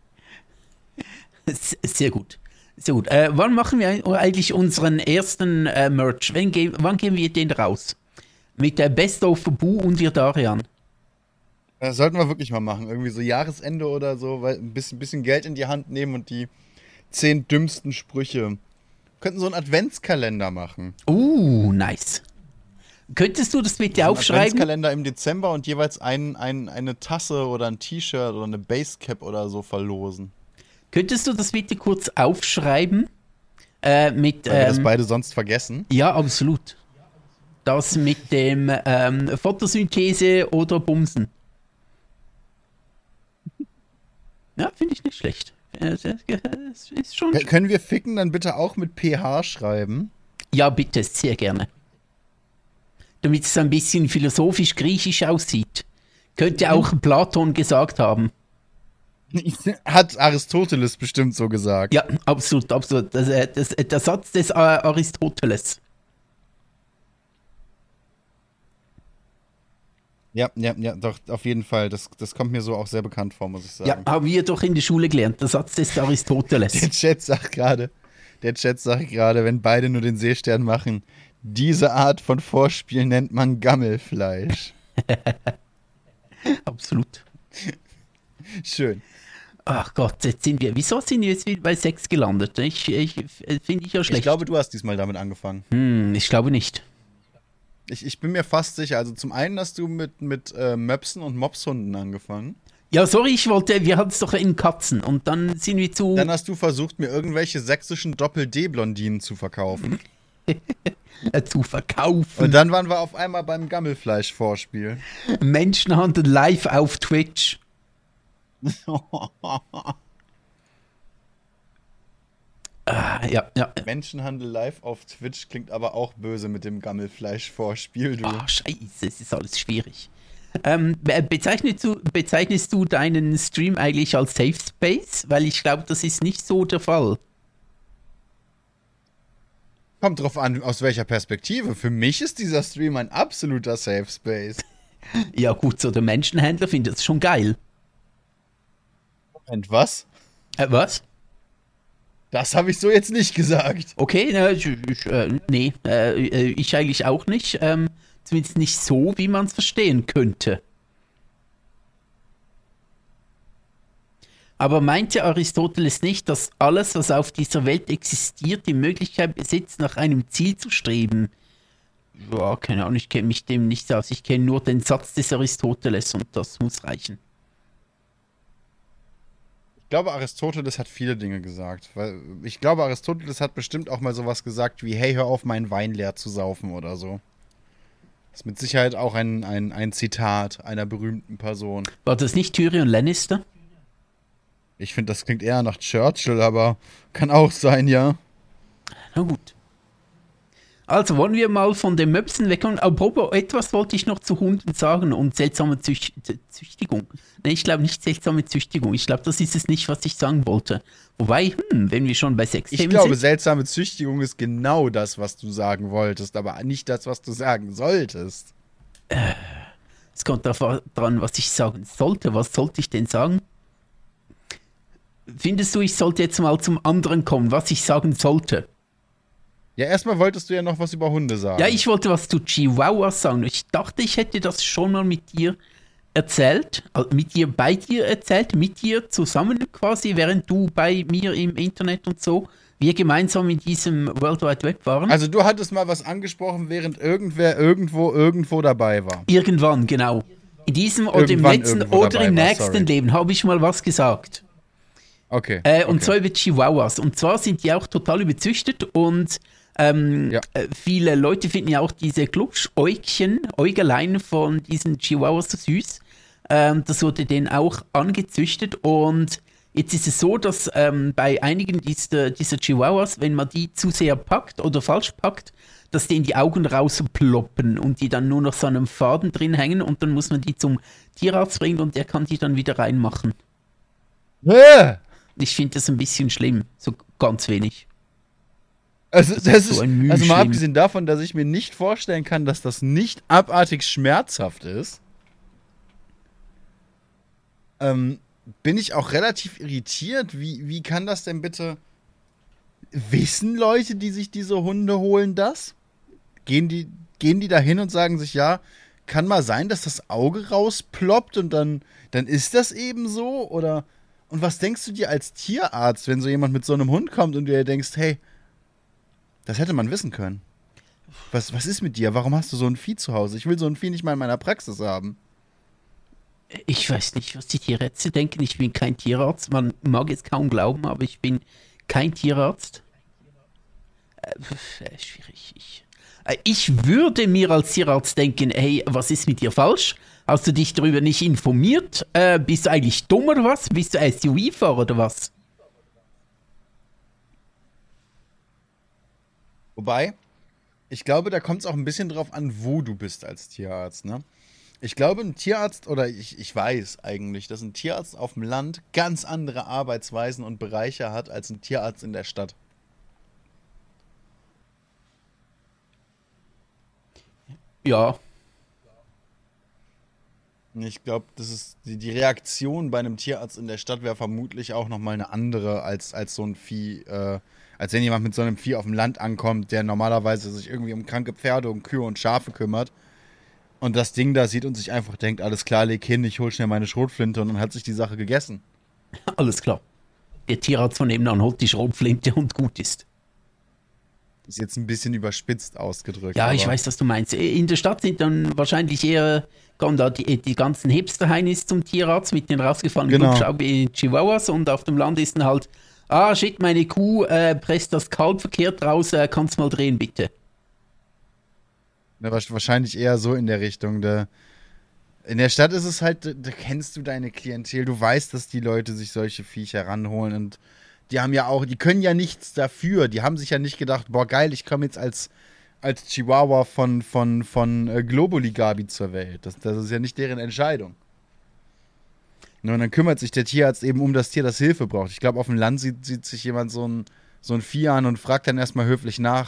S- Sehr gut. Sehr gut. Äh, wann machen wir eigentlich unseren ersten äh, Merch? Wann, ge wann geben wir den raus? Mit der Best of Bu und wir Darian. Das sollten wir wirklich mal machen. Irgendwie so Jahresende oder so, weil ein bisschen, bisschen Geld in die Hand nehmen und die zehn dümmsten Sprüche. Könnten so einen Adventskalender machen. Uh, nice. Könntest du das bitte So einen aufschreiben? Adventskalender im Dezember und jeweils ein, ein, eine Tasse oder ein T-Shirt oder eine Basecap oder so verlosen. Könntest du das bitte kurz aufschreiben? Äh, mit, Weil wir das ähm, beide sonst vergessen. ja, absolut. Das mit dem ähm, Photosynthese oder Bumsen. Ja, finde ich nicht schlecht. Äh, Das ist schon. K- Können wir ficken dann bitte auch mit P H schreiben? Ja, bitte, sehr gerne. Damit es ein bisschen philosophisch-griechisch aussieht. Könnte auch Platon gesagt haben. Hat Aristoteles bestimmt so gesagt. Ja, absolut, absolut. Das, äh, das, äh, der Satz des äh, Aristoteles. Ja, ja, ja, doch, auf jeden Fall. Das, das kommt mir so auch sehr bekannt vor, muss ich sagen. Ja, haben wir doch in der Schule gelernt. Der Satz des Aristoteles. Der Chat sagt gerade, der Chat sagt gerade, wenn beide nur den Seestern machen, diese Art von Vorspiel nennt man Gammelfleisch. Absolut. Schön. Ach Gott, jetzt sind wir. Wieso sind wir jetzt wieder bei sechs gelandet? Ich, ich finde ich ja schlecht. Ich glaube, du hast diesmal damit angefangen. Hm, ich glaube nicht. Ich, ich bin mir fast sicher. Also zum einen hast du mit, mit äh, Möpsen und Mopshunden angefangen. Ja, sorry, ich wollte, wir hatten es doch in Katzen und dann sind wir zu... Dann hast du versucht, mir irgendwelche sächsischen Doppel-D-Blondinen zu verkaufen. zu verkaufen. Und dann waren wir auf einmal beim Gammelfleisch-Vorspiel. Menschenhandel live auf Twitch. ah, ja, ja. Menschenhandel live auf Twitch klingt aber auch böse mit dem Gammelfleisch-Vorspiel, du. Oh, scheiße, es ist alles schwierig. Ähm, bezeichnest, du, bezeichnest du deinen Stream eigentlich als Safe Space? Weil ich glaube, das ist nicht so der Fall. Kommt drauf an, aus welcher Perspektive. Für mich ist dieser Stream ein absoluter Safe Space. Ja gut, so der Menschenhändler findet es schon geil. Und was? Äh, was? Das habe ich so jetzt nicht gesagt. Okay, ne, ich, ich, äh, nee, äh, ich eigentlich auch nicht. Ähm, zumindest nicht so, wie man es verstehen könnte. Aber meinte Aristoteles nicht, dass alles, was auf dieser Welt existiert, die Möglichkeit besitzt, nach einem Ziel zu streben? Ja, keine Ahnung, ich kenne mich dem nicht aus. Ich kenne nur den Satz des Aristoteles und das muss reichen. Ich glaube, Aristoteles hat viele Dinge gesagt. Weil ich glaube, Aristoteles hat bestimmt auch mal sowas gesagt wie, hey, hör auf, meinen Wein leer zu saufen oder so. Das ist mit Sicherheit auch ein, ein, ein Zitat einer berühmten Person. War das nicht Tyrion Lannister? Ich finde, das klingt eher nach Churchill, aber kann auch sein, ja. Na gut. Also wollen wir mal von den Möpsen wegkommen. Apropos, etwas wollte ich noch zu Hunden sagen und seltsame Züch Züchtigung. Ne, ich glaube nicht seltsame Züchtigung. Ich glaube, das ist es nicht, was ich sagen wollte. Wobei, hm, wenn wir schon bei Sex Ich glaube, sind, seltsame Züchtigung ist genau das, was du sagen wolltest, aber nicht das, was du sagen solltest. Äh, es kommt darauf dran, was ich sagen sollte. Was sollte ich denn sagen? Findest du, ich sollte jetzt mal zum anderen kommen, was ich sagen sollte? Ja, erstmal wolltest du ja noch was über Hunde sagen. Ja, ich wollte was zu Chihuahuas sagen. Ich dachte, ich hätte das schon mal mit dir erzählt, also mit dir, bei dir erzählt, mit dir zusammen quasi, während du bei mir im Internet und so, wir gemeinsam in diesem World Wide Web waren. Also du hattest mal was angesprochen, während irgendwer irgendwo irgendwo dabei war. Irgendwann, genau. In diesem oder im letzten oder im nächsten Leben habe ich mal was gesagt. Okay. Äh, und okay. zwar über Chihuahuas. Und zwar sind die auch total überzüchtet und ähm, ja. äh, viele Leute finden ja auch diese Glubschäugchen, Äugelein von diesen Chihuahuas so süß. Ähm, das wurde denen auch angezüchtet und jetzt ist es so, dass ähm, bei einigen dieser, dieser Chihuahuas, wenn man die zu sehr packt oder falsch packt, dass denen die Augen rausploppen und die dann nur noch so einem Faden drin hängen und dann muss man die zum Tierarzt bringen und der kann die dann wieder reinmachen. Äh. Ich finde das ein bisschen schlimm, so ganz wenig. Also, das, das ist, so ist also mal abgesehen davon, dass ich mir nicht vorstellen kann, dass das nicht abartig schmerzhaft ist, ähm, bin ich auch relativ irritiert. Wie, wie kann das denn bitte... Wissen Leute, die sich diese Hunde holen, das? Gehen die, gehen die da hin und sagen sich, ja, kann mal sein, dass das Auge rausploppt und dann, dann ist das eben so? Oder... Und was denkst du dir als Tierarzt, wenn so jemand mit so einem Hund kommt und du dir denkst, hey, das hätte man wissen können. Was, was ist mit dir? Warum hast du so ein Vieh zu Hause? Ich will so ein Vieh nicht mal in meiner Praxis haben. Ich weiß nicht, was die Tierärzte denken. Ich bin kein Tierarzt. Man mag es kaum glauben, aber ich bin kein Tierarzt. Äh, schwierig. Ich, äh, ich würde mir als Tierarzt denken, hey, was ist mit dir falsch? Hast du dich darüber nicht informiert? Äh, bist du eigentlich dumm oder was? Bist du S U V-Fahrer oder was? Wobei, ich glaube, da kommt es auch ein bisschen drauf an, wo du bist als Tierarzt, ne? Ich glaube, ein Tierarzt, oder ich, ich weiß eigentlich, dass ein Tierarzt auf dem Land ganz andere Arbeitsweisen und Bereiche hat als ein Tierarzt in der Stadt. Ja. Ich glaube, das ist die, die Reaktion bei einem Tierarzt in der Stadt wäre vermutlich auch nochmal eine andere als, als so ein Vieh, äh, als wenn jemand mit so einem Vieh auf dem Land ankommt, der normalerweise sich irgendwie um kranke Pferde, um Kühe und Schafe kümmert. Und das Ding da sieht und sich einfach denkt, alles klar, leg hin, ich hol schnell meine Schrotflinte und dann hat sich die Sache gegessen. Alles klar. Der Tierarzt von nebenan holt die Schrotflinte und gut ist. Ist jetzt ein bisschen überspitzt ausgedrückt. Ja, aber ich weiß, was du meinst. In der Stadt sind dann wahrscheinlich eher, kommen da die, die ganzen Hipster-Heinis zum Tierarzt mit den rausgefallenen Genau. Chihuahuas und auf dem Land ist dann halt, ah, shit, meine Kuh äh, presst das Kalb verkehrt raus, äh, kannst mal drehen, bitte. Ne, wahrscheinlich eher so in der Richtung. Da, in der Stadt ist es halt, da kennst du deine Klientel, du weißt, dass die Leute sich solche Viecher ranholen und die haben ja auch, die können ja nichts dafür. Die haben sich ja nicht gedacht, boah geil, ich komme jetzt als, als Chihuahua von, von, von äh, Globuli Gabi zur Welt. Das, das ist ja nicht deren Entscheidung. Ne, und dann kümmert sich der Tierarzt eben um das Tier, das Hilfe braucht. Ich glaube, auf dem Land sieht, sieht sich jemand so ein, so ein Vieh an und fragt dann erstmal höflich nach,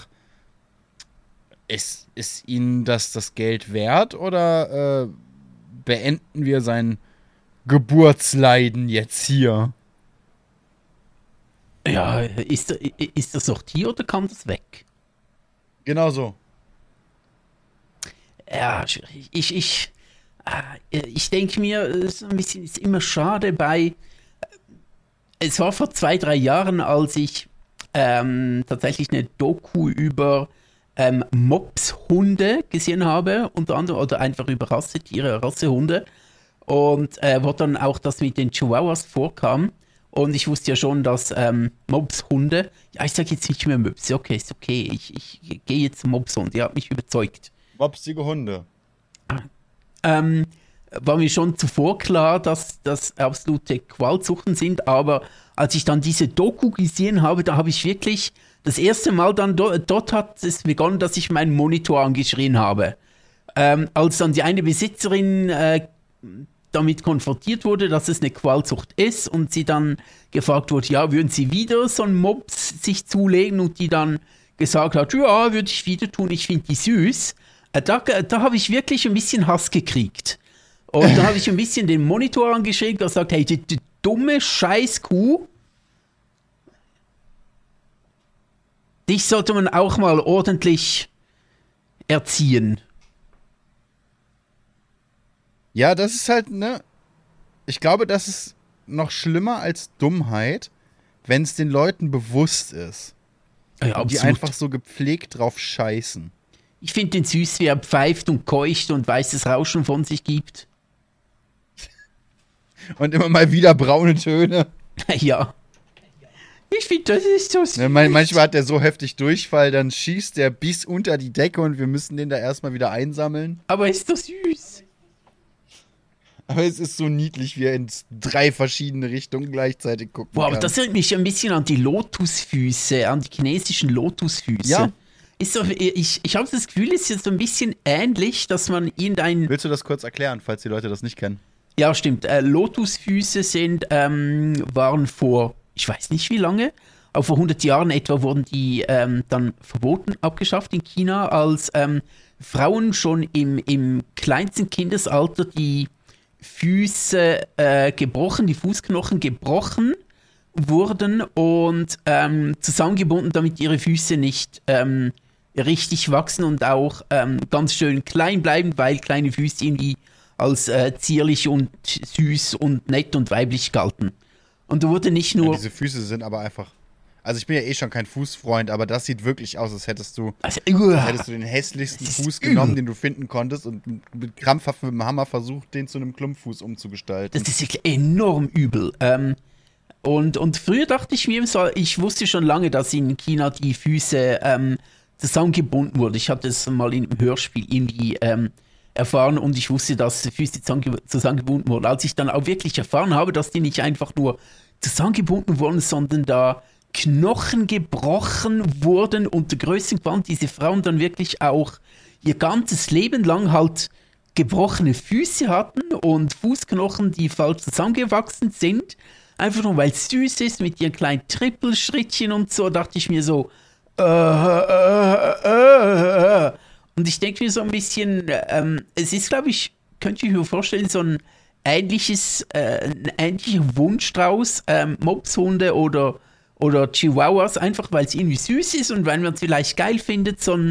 ist, ist Ihnen das das Geld wert oder äh, beenden wir sein Geburtsleiden jetzt hier? Ja, ist, ist das noch Tier oder kann das weg? Genau so. Ja, schwierig. Ich, ich, äh, ich denke mir, es ist ein bisschen ist immer schade bei. Es war vor zwei, drei Jahren, als ich ähm, tatsächlich eine Doku über ähm, Mopshunde gesehen habe, unter anderem, oder einfach über Rassetiere, Rassehunde. Und äh, wo dann auch das mit den Chihuahuas vorkam. Und ich wusste ja schon, dass ähm, Mopshunde, ja, ich sage jetzt nicht mehr Möps, okay, ist okay, ich, ich gehe jetzt zum Mopshund, ihr habt mich überzeugt. Mopsige Hunde. Ähm, war mir schon zuvor klar, dass das absolute Qualzuchten sind, aber als ich dann diese Doku gesehen habe, da habe ich wirklich, das erste Mal dann, do, dort hat es begonnen, dass ich meinen Monitor angeschrien habe. Ähm, als dann die eine Besitzerin äh, damit konfrontiert wurde, dass es eine Qualzucht ist und sie dann gefragt wurde, ja, würden sie wieder so einen Mops sich zulegen und die dann gesagt hat, ja, würde ich wieder tun, ich finde die süß. Äh, da da habe ich wirklich ein bisschen Hass gekriegt. Und da habe ich ein bisschen den Monitor angeschrieben und gesagt, hey, die, die dumme Scheißkuh, dich sollte man auch mal ordentlich erziehen. Ja, das ist halt, ne? Ich glaube, das ist noch schlimmer als Dummheit, wenn es den Leuten bewusst ist. Ja, und die einfach so gepflegt drauf scheißen. Ich finde den süß, wie er pfeift und keucht und weißes Rauschen von sich gibt. Und immer mal wieder braune Töne. Ja. Ich finde, das ist so süß. Ne, manchmal hat der so heftig Durchfall, dann schießt der bis unter die Decke und wir müssen den da erstmal wieder einsammeln. Aber ist doch süß. Aber es ist so niedlich, wie er in drei verschiedene Richtungen gleichzeitig gucken Boah, kann. aber das erinnert mich ein bisschen an die Lotusfüße, an die chinesischen Lotusfüße. Ja. Ist so, ich ich habe das Gefühl, es ist so ein bisschen ähnlich, dass man irgendein... Willst du das kurz erklären, falls die Leute das nicht kennen? Ja, stimmt. Äh, Lotusfüße sind, ähm, waren vor, ich weiß nicht wie lange, aber vor hundert Jahren etwa wurden die ähm, dann verboten, abgeschafft in China, als ähm, Frauen schon im, im kleinsten Kindesalter die Füße äh, gebrochen, die Fußknochen gebrochen wurden und ähm, zusammengebunden, damit ihre Füße nicht ähm, richtig wachsen und auch ähm, ganz schön klein bleiben, weil kleine Füße irgendwie als äh, zierlich und süß und nett und weiblich galten. Und da wurde nicht nur... Ja, diese Füße sind aber einfach... Also ich bin ja eh schon kein Fußfreund, aber das sieht wirklich aus, als hättest du, Also, als hättest du den hässlichsten Fuß genommen, den du finden konntest und mit krampfhaft mit dem Hammer versucht, den zu einem Klumpfuß umzugestalten. Das ist wirklich enorm übel. Ähm, und, und früher dachte ich mir, so, ich wusste schon lange, dass in China die Füße ähm, zusammengebunden wurden. Ich hatte es mal in einem Hörspiel irgendwie ähm, erfahren und ich wusste, dass die Füße zusammenge- zusammengebunden wurden. Als ich dann auch wirklich erfahren habe, dass die nicht einfach nur zusammengebunden wurden, sondern da Knochen gebrochen wurden unter größten Gewalt, diese Frauen dann wirklich auch ihr ganzes Leben lang halt gebrochene Füße hatten und Fußknochen, die falsch zusammengewachsen sind, einfach nur weil es süß ist mit ihren kleinen Trippelschrittchen und so, dachte ich mir so, äh, äh, äh, äh. Und ich denke mir so ein bisschen, ähm, es ist, glaube ich, könnte ich mir vorstellen, so ein ähnliches, äh, ein ähnlicher Wunschstrauß, ähm, Mopshunde oder oder Chihuahuas, einfach weil es irgendwie süß ist und weil man es vielleicht geil findet, so ein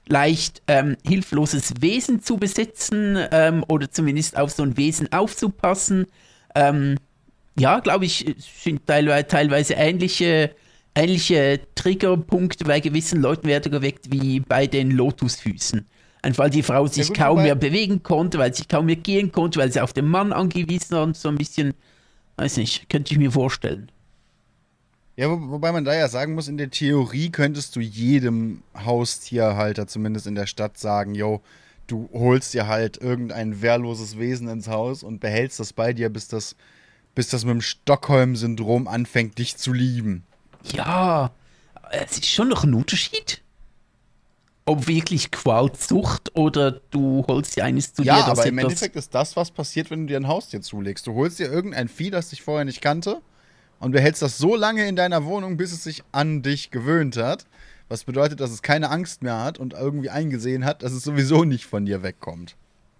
leicht ähm, hilfloses Wesen zu besitzen ähm, oder zumindest auf so ein Wesen aufzupassen. Ähm, ja, glaube ich, sind teilweise, teilweise ähnliche, ähnliche Triggerpunkte bei gewissen Leuten werden geweckt wie bei den Lotusfüßen. Einfach weil die Frau sich Ja, gut, kaum wobei- mehr bewegen konnte, weil sie kaum mehr gehen konnte, weil sie auf den Mann angewiesen war und so ein bisschen, weiß nicht, könnte ich mir vorstellen. Ja, wo, wobei man da ja sagen muss, in der Theorie könntest du jedem Haustierhalter, zumindest in der Stadt, sagen, yo, du holst dir halt irgendein wehrloses Wesen ins Haus und behältst das bei dir, bis das, bis das mit dem Stockholm-Syndrom anfängt, dich zu lieben. Ja, es ist schon noch ein Unterschied. Ob wirklich Qualzucht oder du holst dir eines zu Ja, dir, das aber im etwas... Endeffekt ist das, was passiert, wenn du dir ein Haustier zulegst. Du holst dir irgendein Vieh, das dich vorher nicht kannte und behältst das so lange in deiner Wohnung, bis es sich an dich gewöhnt hat. Was bedeutet, dass es keine Angst mehr hat und irgendwie eingesehen hat, dass es sowieso nicht von dir wegkommt.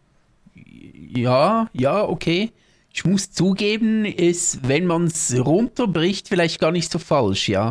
Ja, ja, okay. Ich muss zugeben, ist, wenn man es runterbricht, vielleicht gar nicht so falsch, ja.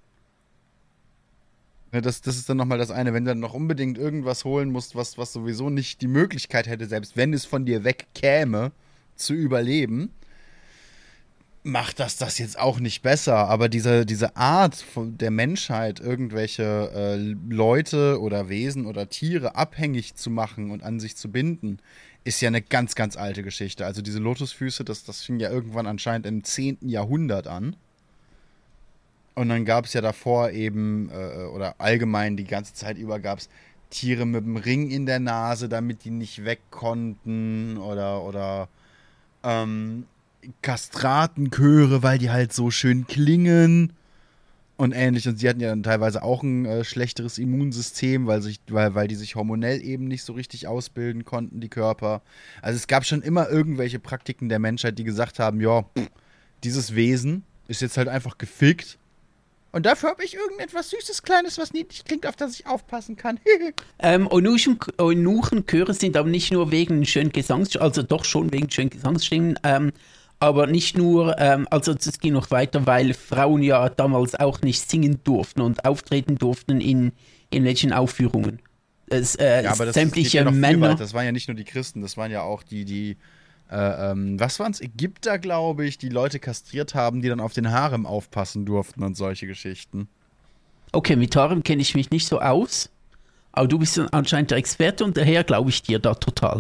Ne, Das, das ist dann nochmal das eine, wenn du dann noch unbedingt irgendwas holen musst, was, was sowieso nicht die Möglichkeit hätte, selbst wenn es von dir wegkäme, zu überleben, macht das das jetzt auch nicht besser. Aber diese, diese Art von der Menschheit, irgendwelche äh, Leute oder Wesen oder Tiere abhängig zu machen und an sich zu binden, ist ja eine ganz, ganz alte Geschichte. Also diese Lotusfüße, das, das fing ja irgendwann anscheinend im zehnten Jahrhundert an. Und dann gab es ja davor eben, äh, oder allgemein die ganze Zeit über gab es Tiere mit dem Ring in der Nase, damit die nicht weg konnten. Oder, oder ähm, Kastratenchöre, weil die halt so schön klingen. Und ähnlich. Und sie hatten ja dann teilweise auch ein äh, schlechteres Immunsystem, weil, sich, weil, weil die sich hormonell eben nicht so richtig ausbilden konnten, die Körper. Also es gab schon immer irgendwelche Praktiken der Menschheit, die gesagt haben, ja, pff, dieses Wesen ist jetzt halt einfach gefickt. Und dafür habe ich irgendetwas Süßes, Kleines, was niedlich klingt, auf das ich aufpassen kann. Ähm, Eunuchen, Eunuchenchöre sind aber nicht nur wegen schönen Gesangs, also doch schon wegen schönen Gesangsstimmen, ähm, aber nicht nur, ähm, also es ging noch weiter, weil Frauen ja damals auch nicht singen durften und auftreten durften in irgendwelchen Aufführungen. Es, äh, Ja, aber das sämtliche geht ja noch viel Männer. weiter. Das waren ja nicht nur die Christen, das waren ja auch die, die, äh, ähm, was waren es? Ägypter, glaube ich, die Leute kastriert haben, die dann auf den Harem aufpassen durften und solche Geschichten. Okay, mit Harem kenne ich mich nicht so aus, aber du bist anscheinend der Experte und daher glaube ich dir da total.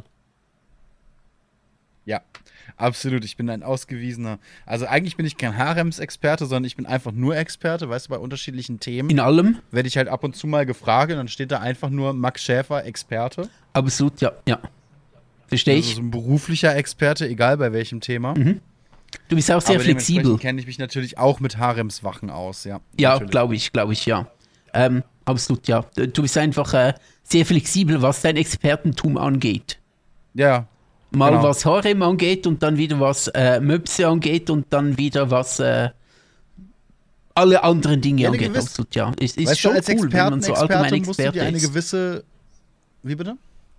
Ja, absolut. Ich bin ein ausgewiesener. Also eigentlich bin ich kein Haremsexperte, sondern ich bin einfach nur Experte, weißt du, bei unterschiedlichen Themen. In allem, Werde ich halt ab und zu mal gefragt und dann steht da einfach nur Max Schäfer, Experte. absolut, ja, ja. Verstehe Also ich. so ein beruflicher Experte, egal bei welchem Thema. Mhm. Du bist auch sehr Aber flexibel. dementsprechend kenne ich mich natürlich auch mit Haremswachen aus, ja. Ja, natürlich. glaube ich, glaube ich, ja. Ähm, absolut, ja. Du bist einfach äh, sehr flexibel, was dein Expertentum angeht. Ja, Mal genau. was Harem angeht und dann wieder was äh, Möpse angeht und dann wieder was äh, alle anderen Dinge Ja, eine angeht. gewisse- Absolut, ja. Es ist Weißt schon du, als cool, wenn Experten, man so Experte allgemein musst du Experte dir eine ist. gewisse... Wie bitte?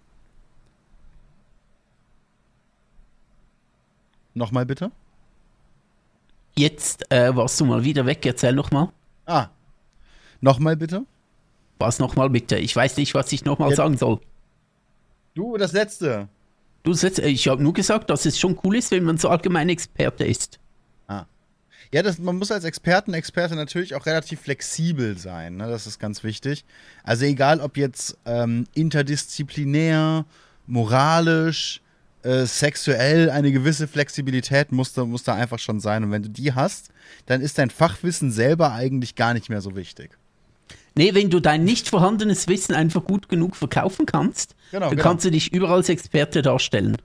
Nochmal bitte? Jetzt äh, warst du mal wieder weg, erzähl nochmal. Ah, nochmal bitte? Was nochmal bitte? Ich weiß nicht, was ich nochmal Ja. sagen soll. Du, das Letzte. Du, setz- ich habe nur gesagt, dass es schon cool ist, wenn man so allgemein Experte ist. Ah. Ja, das, man muss als Experten, Experte natürlich auch relativ flexibel sein, ne? Das ist ganz wichtig. Also egal, ob jetzt ähm, interdisziplinär, moralisch, äh, sexuell, eine gewisse Flexibilität muss da, muss da einfach schon sein. Und wenn du die hast, dann ist dein Fachwissen selber eigentlich gar nicht mehr so wichtig. Nee, wenn du dein nicht vorhandenes Wissen einfach gut genug verkaufen kannst, Genau, dann genau. kannst du dich überall als Experte darstellen.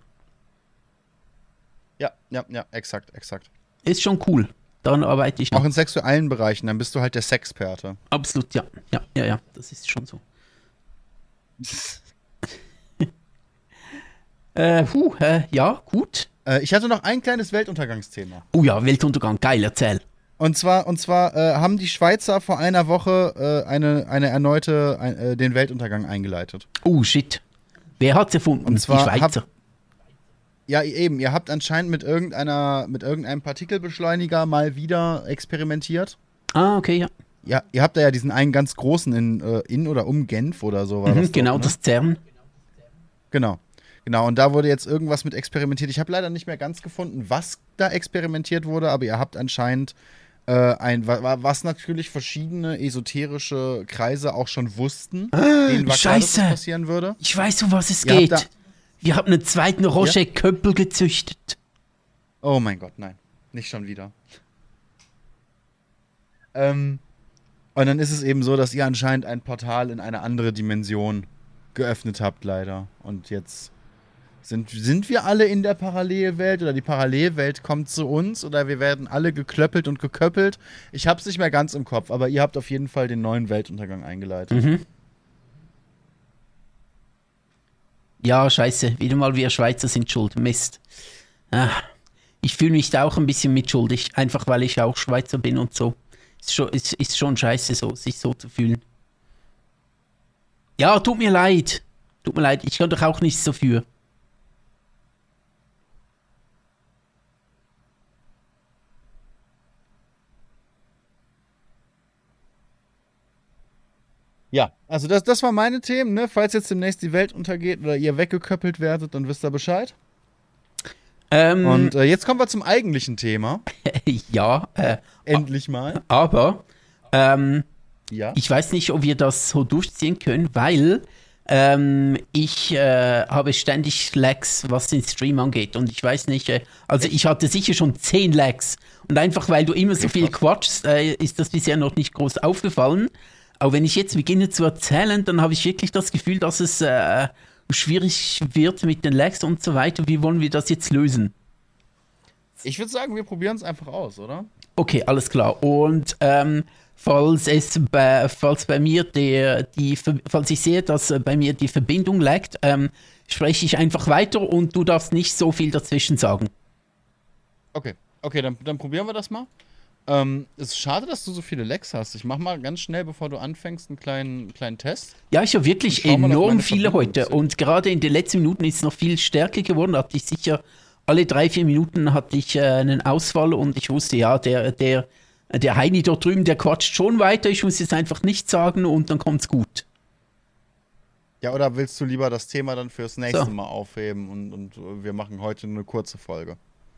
Ja, ja, ja, exakt, exakt. Ist schon cool. Daran arbeite ich noch. Auch in sexuellen Bereichen, dann bist du halt der Sexperte. Absolut, ja. Ja, ja, ja. Das ist schon so. äh, puh, äh, ja, gut. Äh, ich hatte noch ein kleines Weltuntergangsthema. Oh ja, Weltuntergang. Geil, erzähl. Und zwar, und zwar äh, haben die Schweizer vor einer Woche äh, eine, eine erneute ein, äh, den Weltuntergang eingeleitet. Oh, shit. Wer hat's erfunden? Und zwar Die Schweizer. Ja, eben, ihr habt anscheinend mit irgendeiner, mit irgendeinem Partikelbeschleuniger mal wieder experimentiert. Ah, okay, ja. Ja, ihr habt da ja diesen einen ganz großen in, äh, in oder um Genf oder so. War Mhm, das genau, doch, ne? das CERN. Genau. Genau, und da wurde jetzt irgendwas mit experimentiert. Ich habe leider nicht mehr ganz gefunden, was da experimentiert wurde, aber ihr habt anscheinend äh, ein, wa- was natürlich verschiedene esoterische Kreise auch schon wussten, denen war klar, dass Scheiße. das passieren würde. Ich weiß, um was es Ihr habt geht. da- Wir haben einen zweiten Roger Köppel gezüchtet. Oh mein Gott, nein. Nicht schon wieder. Ähm, und dann ist es eben so, dass ihr anscheinend ein Portal in eine andere Dimension geöffnet habt, leider. Und jetzt sind, sind wir alle in der Parallelwelt oder die Parallelwelt kommt zu uns oder wir werden alle geklöppelt und geköppelt. Ich hab's nicht mehr ganz im Kopf, aber ihr habt auf jeden Fall den neuen Weltuntergang eingeleitet. Mhm. Ja, scheiße. Wieder mal wir Schweizer sind schuld. Mist. Ah, ich fühle mich da auch ein bisschen mitschuldig. Einfach weil ich auch Schweizer bin und so. Ist schon, ist, ist schon scheiße, so, sich so zu fühlen. Ja, tut mir leid. Tut mir leid. Ich kann doch auch nichts dafür. Ja, also das, das waren meine Themen, ne? Falls jetzt demnächst die Welt untergeht oder ihr weggeköppelt werdet, dann wisst ihr Bescheid. Ähm, Und äh, jetzt kommen wir zum eigentlichen Thema. ja, äh, Endlich mal. aber ähm, Ja. ich weiß nicht, ob wir das so durchziehen können, weil ähm, ich äh, habe ständig Lags, was den Stream angeht. Und ich weiß nicht, äh, also ich hatte sicher schon zehn Lags. Und einfach weil du immer so viel quatschst, äh, ist das bisher noch nicht groß aufgefallen. Aber wenn ich jetzt beginne zu erzählen, dann habe ich wirklich das Gefühl, dass es äh, schwierig wird mit den Lags und so weiter. Wie wollen wir das jetzt lösen? Ich würde sagen, wir probieren es einfach aus, oder? Okay, alles klar. Und ähm, falls es bei, falls bei mir der, die, falls ich sehe, dass bei mir die Verbindung laggt, ähm, spreche ich einfach weiter und du darfst nicht so viel dazwischen sagen. Okay, okay, dann, dann probieren wir das mal. Ähm, es ist schade, dass du so viele Lags hast. Ich mach mal ganz schnell, bevor du anfängst, einen kleinen, kleinen Test. Ja, ich habe wirklich Und schau mal, ob enorm meine viele Verbindung heute. ist. Und gerade in den letzten Minuten ist es noch viel stärker geworden. Da hatte ich sicher alle drei, vier Minuten hatte ich äh, einen Ausfall und ich wusste, ja, der, der, der Heini dort drüben, der quatscht schon weiter. Ich muss jetzt einfach nichts sagen und dann kommt's gut. Ja, oder willst du lieber das Thema dann fürs nächste So. Mal aufheben und, und wir machen heute eine kurze Folge?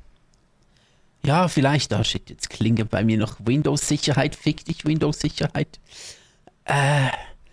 Ja, vielleicht, da shit, jetzt klinge bei mir noch Windows-Sicherheit, fick dich Windows-Sicherheit. Äh,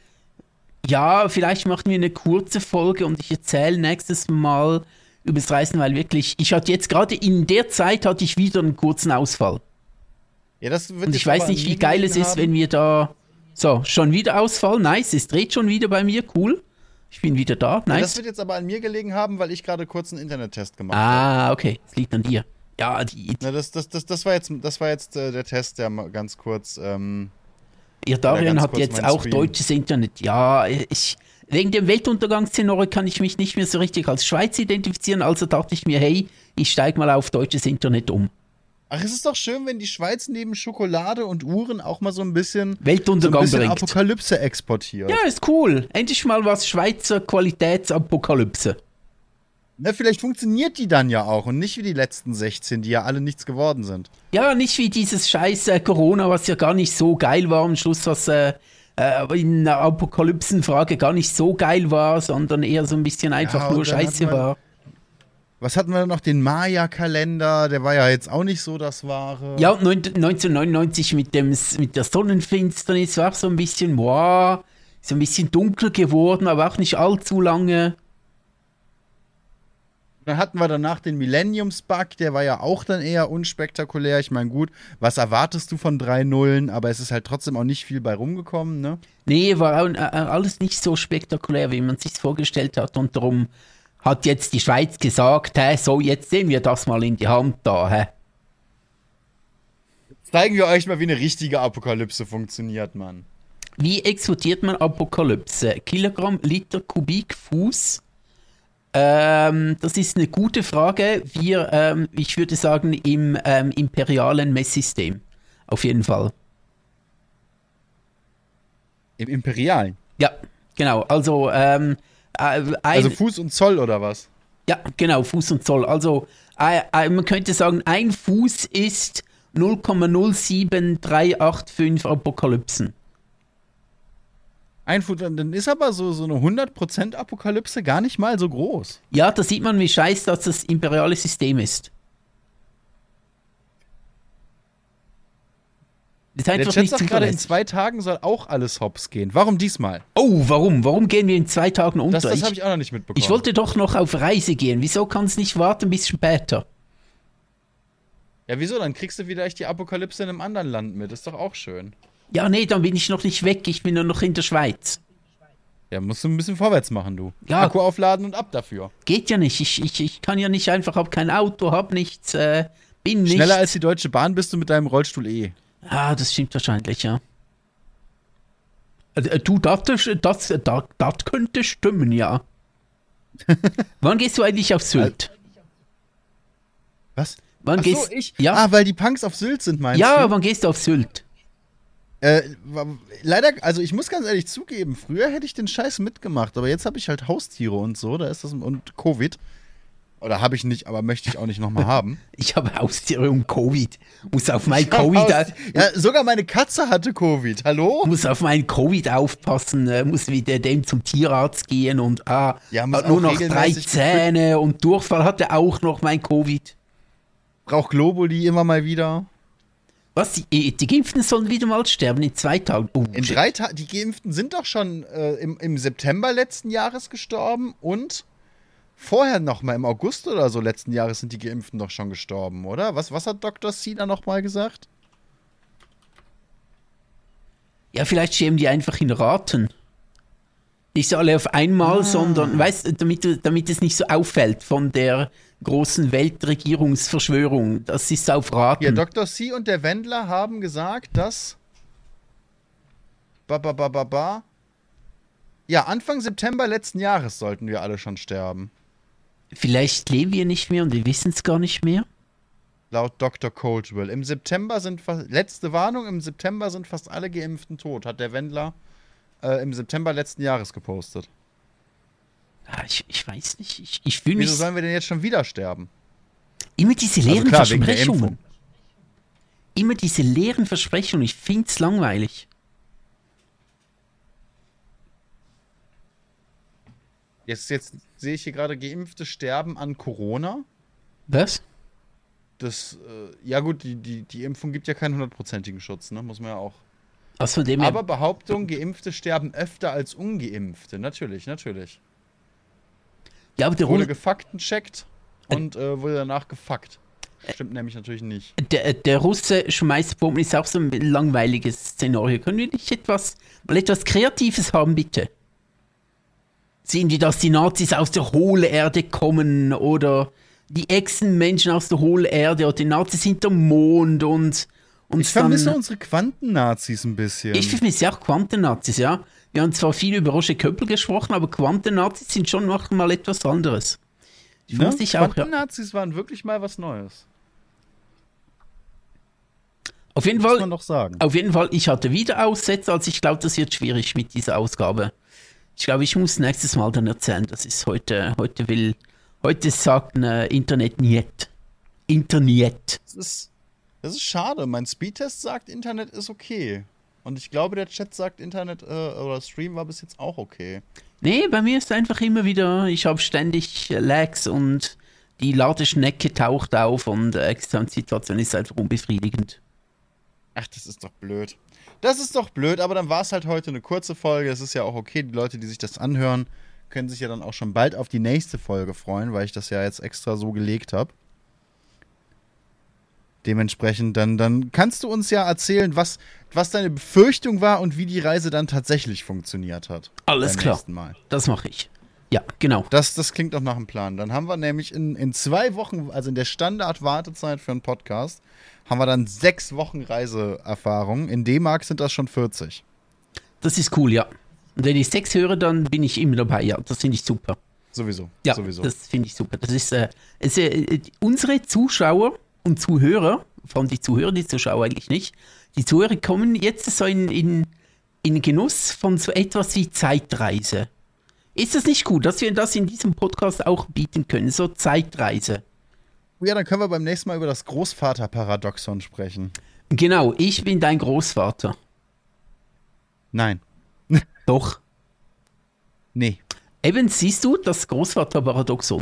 ja, vielleicht machen wir eine kurze Folge und ich erzähle nächstes Mal übers Reisen, weil wirklich, ich hatte jetzt gerade in der Zeit hatte ich wieder einen kurzen Ausfall. Ja, das wird Und jetzt ich weiß aber nicht, an wie mir geil es gelegen ist, haben. wenn wir da, so, schon wieder Ausfall, nice, es dreht schon wieder bei mir, cool. Ich bin wieder da, Ja, das nice. wird jetzt aber an mir gelegen haben, weil ich gerade kurz einen Internettest gemacht habe. Ah, okay, es liegt an dir. Ja, die, Na, das, das, das, das war jetzt, das war jetzt äh, der Test, der mal ganz kurz. Ähm, Ja, Darian ganz hat kurz jetzt meinen auch Stream. deutsches Internet. Ja, ich, wegen dem Weltuntergangsszenario kann ich mich nicht mehr so richtig als Schweiz identifizieren, also dachte ich mir, hey, ich steige mal auf deutsches Internet um. Ach, es ist doch schön, wenn die Schweiz neben Schokolade und Uhren auch mal so ein bisschen, so ein Weltuntergang bisschen bringt. Apokalypse exportiert. Ja, ist cool. Endlich mal was Schweizer Qualitätsapokalypse. Na, vielleicht funktioniert die dann ja auch und nicht wie die letzten sechzehn, die ja alle nichts geworden sind. Ja, nicht wie dieses scheiß äh, Corona, was ja gar nicht so geil war, am Schluss was äh, äh, in einer Apokalypsenfrage gar nicht so geil war, sondern eher so ein bisschen einfach und nur dann scheiße hat man- war. Was hatten wir noch? Den Maya-Kalender, der war ja jetzt auch nicht so das Wahre. Ja, und neun- neunzehnhundertneunundneunzig mit, dem, mit der Sonnenfinsternis war auch so ein bisschen, wow, so ein bisschen dunkel geworden, aber auch nicht allzu lange. Dann hatten wir danach den Millenniums-Bug, der war ja auch dann eher unspektakulär. Ich meine, gut, was erwartest du von drei Nullen? Aber es ist halt trotzdem auch nicht viel bei rumgekommen, ne? Nee, war auch, äh, alles nicht so spektakulär, wie man sich vorgestellt hat. Und darum hat jetzt die Schweiz gesagt, hä, so, jetzt sehen wir das mal in die Hand da. Hä. Zeigen wir euch mal, wie eine richtige Apokalypse funktioniert, Mann. Wie exportiert man Apokalypse? Kilogramm, Liter, Kubik, Fuß? Ähm, das ist eine gute Frage. Wir, ähm, ich würde sagen, im ähm, imperialen Messsystem. Auf jeden Fall. Im Imperialen. Ja, genau. Also, ähm, äh, ein, Also Fuß und Zoll oder was? ja, genau, Fuß und Zoll. Also, äh, äh, man könnte sagen, ein Fuß ist null Komma null sieben drei acht fünf Apokalypsen. Ein Food, dann ist aber so, so eine hundert Prozent Apokalypse gar nicht mal so groß. Ja, da sieht man, wie scheiße das, das imperiale System ist. Das ist einfach Der Chat nicht sagt gerade, in zuverlässig. zwei Tagen soll auch alles hops gehen. Warum diesmal? Oh, warum? Warum gehen wir in zwei Tagen unter? Das, das Ich- habe ich auch noch nicht mitbekommen. Ich wollte doch noch auf Reise gehen. Wieso kann es nicht warten bis später? Ja, wieso? Dann kriegst du vielleicht die Apokalypse in einem anderen Land mit. Ist doch auch schön. Ja, nee, dann bin ich noch nicht weg. Ich bin nur noch in der Schweiz. Ja, musst du ein bisschen vorwärts machen, du. Ja. Akku aufladen und ab dafür. Geht ja nicht. Ich, ich, ich kann ja nicht einfach, hab kein Auto, hab nichts, äh, bin nicht. Schneller als die Deutsche Bahn bist du mit deinem Rollstuhl eh. Ah, das stimmt wahrscheinlich, ja. Äh, Du, das, das, das, das könnte stimmen, ja. Wann gehst du eigentlich auf Sylt? Was? Wann Ach so, gehst ich? Ja, Ah, weil die Punks auf Sylt sind, meinst ja, du? wann gehst du auf Sylt? Äh, wa- leider, also ich muss ganz ehrlich zugeben, früher hätte ich den Scheiß mitgemacht, aber jetzt habe ich halt Haustiere und so, da ist das und Covid. Oder habe ich nicht, aber möchte ich auch nicht nochmal haben. Ich habe Haustiere und Covid. Muss auf mein Ja, Covid, Haus- ja, sogar meine Katze hatte Covid. Hallo? muss auf mein Covid aufpassen, äh, muss wieder dem zum Tierarzt gehen und ah, Ja, muss hat nur auch noch drei regelmäßig Zähne und Durchfall hatte auch noch mein Covid. Braucht Globuli immer mal wieder. Was, die, die Geimpften sollen wieder mal sterben in zwei Tagen. Oh, In shit. drei Tagen, die Geimpften sind doch schon äh, im, im September letzten Jahres gestorben und vorher noch mal im August oder so letzten Jahres sind die Geimpften doch schon gestorben, oder? Was, was hat Doktor Sina noch mal gesagt? Ja, vielleicht sterben die einfach in Raten. Nicht so alle auf einmal, Ah. sondern, weißt du, damit, du- damit es nicht so auffällt von der großen Weltregierungsverschwörung. Das ist auf Raten. Ja, Doktor C und der Wendler haben gesagt, dass ba, ba, ba, ba, ba. Ja, Anfang September letzten Jahres sollten wir alle schon sterben. Vielleicht leben wir nicht mehr und wir wissen es gar nicht mehr. Laut Doktor Coldwell. Im September sind fast, letzte Warnung, im September sind fast alle Geimpften tot, hat der Wendler äh, im September letzten Jahres gepostet. Ah, Ich, ich weiß nicht, ich, ich fühle mich Wieso sollen wir denn jetzt schon wieder sterben? immer diese Also leeren klar, wegen der Versprechungen. Impfung. Immer diese leeren Versprechungen, ich finde es langweilig. Jetzt, jetzt sehe ich hier gerade, Geimpfte sterben an Corona. Was? Das, äh, ja gut, die, die, die Impfung gibt ja keinen hundertprozentigen Schutz, ne? Muss man ja auch. Also von dem her, Aber Behauptung, Geimpfte sterben öfter als Ungeimpfte. Natürlich, natürlich. ja, aber der, Wurde Ru- gefaktencheckt und äh, wurde danach gefuckt. Stimmt nämlich natürlich nicht. der, der Russe schmeißt Bomben, ist auch so ein langweiliges Szenario. Können wir nicht etwas, mal etwas Kreatives haben, bitte? Sehen wir, dass die Nazis aus der Hohlerde kommen oder die Echsenmenschen aus der Hohlerde oder die Nazis hinterm Mond und, und Ich vermisse dann... unsere Quantennazis ein bisschen. Ich vermisse auch Quantennazis, ja. Wir haben zwar viel über Roger Köppel gesprochen, aber Quantennazis sind schon noch mal etwas anderes. Die ne? vermisse ich auch, ja. Quantennazis waren wirklich mal was Neues. Auf jeden Muss Fall, man doch sagen. auf jeden Fall, ich hatte wieder Aussätze, also ich glaube, das wird schwierig mit dieser Ausgabe. Ich glaube, ich muss nächstes Mal dann erzählen, das ist heute, heute will, heute sagt äh, Internet niet. Internet. Das ist, das ist schade. Mein Speedtest sagt, Internet ist okay. Und ich glaube, der Chat sagt, Internet äh, oder Stream war bis jetzt auch okay. Nee, bei mir ist einfach immer wieder, ich habe ständig äh, Lags und die Ladeschnecke taucht auf und äh, die Situation ist einfach unbefriedigend. Ach, das ist doch blöd. Das ist doch blöd, aber dann war es halt heute eine kurze Folge. Das ist ja auch okay. Die Leute, die sich das anhören, können sich ja dann auch schon bald auf die nächste Folge freuen, weil ich das ja jetzt extra so gelegt habe. Dementsprechend, dann, dann kannst du uns ja erzählen, was, was deine Befürchtung war und wie die Reise dann tatsächlich funktioniert hat. Alles beim klar. nächsten Mal. Das mache ich. Ja, genau. Das, das klingt doch nach einem Plan. Dann haben wir nämlich in, in zwei Wochen, also in der Standard-Wartezeit für einen Podcast, haben wir dann sechs Wochen Reiseerfahrung. In D-Mark sind das schon vierzig. Das ist cool, ja. Und wenn ich sechs höre, dann bin ich immer dabei, ja. Das finde ich super. Sowieso. Ja, sowieso. das finde ich super. Das ist, äh, es, äh, unsere Zuschauer und Zuhörer, vor allem die Zuhörer, die Zuschauer eigentlich nicht, die Zuhörer kommen jetzt so in, in, in Genuss von so etwas wie Zeitreise. Ist das nicht gut, dass wir das in diesem Podcast auch bieten können, so Zeitreise? Ja, dann können wir beim nächsten Mal über das Großvaterparadoxon sprechen. Genau, ich bin dein Großvater. Nein. Doch. Nee. Eben, siehst du das Großvaterparadoxon?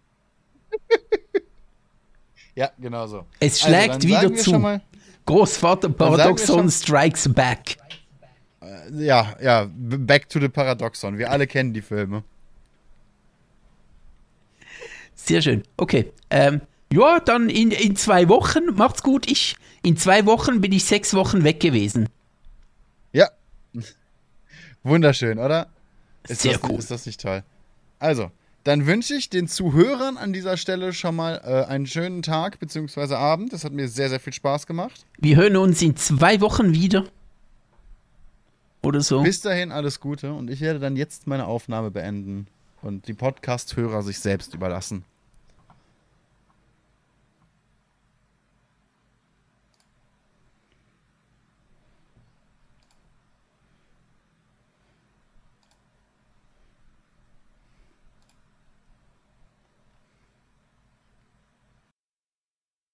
Ja, genau so. Es schlägt also, wieder zu. Mal, Großvaterparadoxon strikes back. Äh, ja, ja, back to the Paradoxon. Wir alle kennen die Filme. Sehr schön. Okay. Ähm, ja, dann in, in zwei Wochen. Macht's gut. Ich, in zwei Wochen bin ich sechs Wochen weg gewesen. Ja. Wunderschön, oder? Ist Sehr das, cool. Ist das nicht toll? Also, dann wünsche ich den Zuhörern an dieser Stelle schon mal äh, einen schönen Tag bzw. Abend. Das hat mir sehr, sehr viel Spaß gemacht. Wir hören uns in zwei Wochen wieder. Oder so. Bis dahin alles Gute und ich werde dann jetzt meine Aufnahme beenden und die Podcast-Hörer sich selbst überlassen.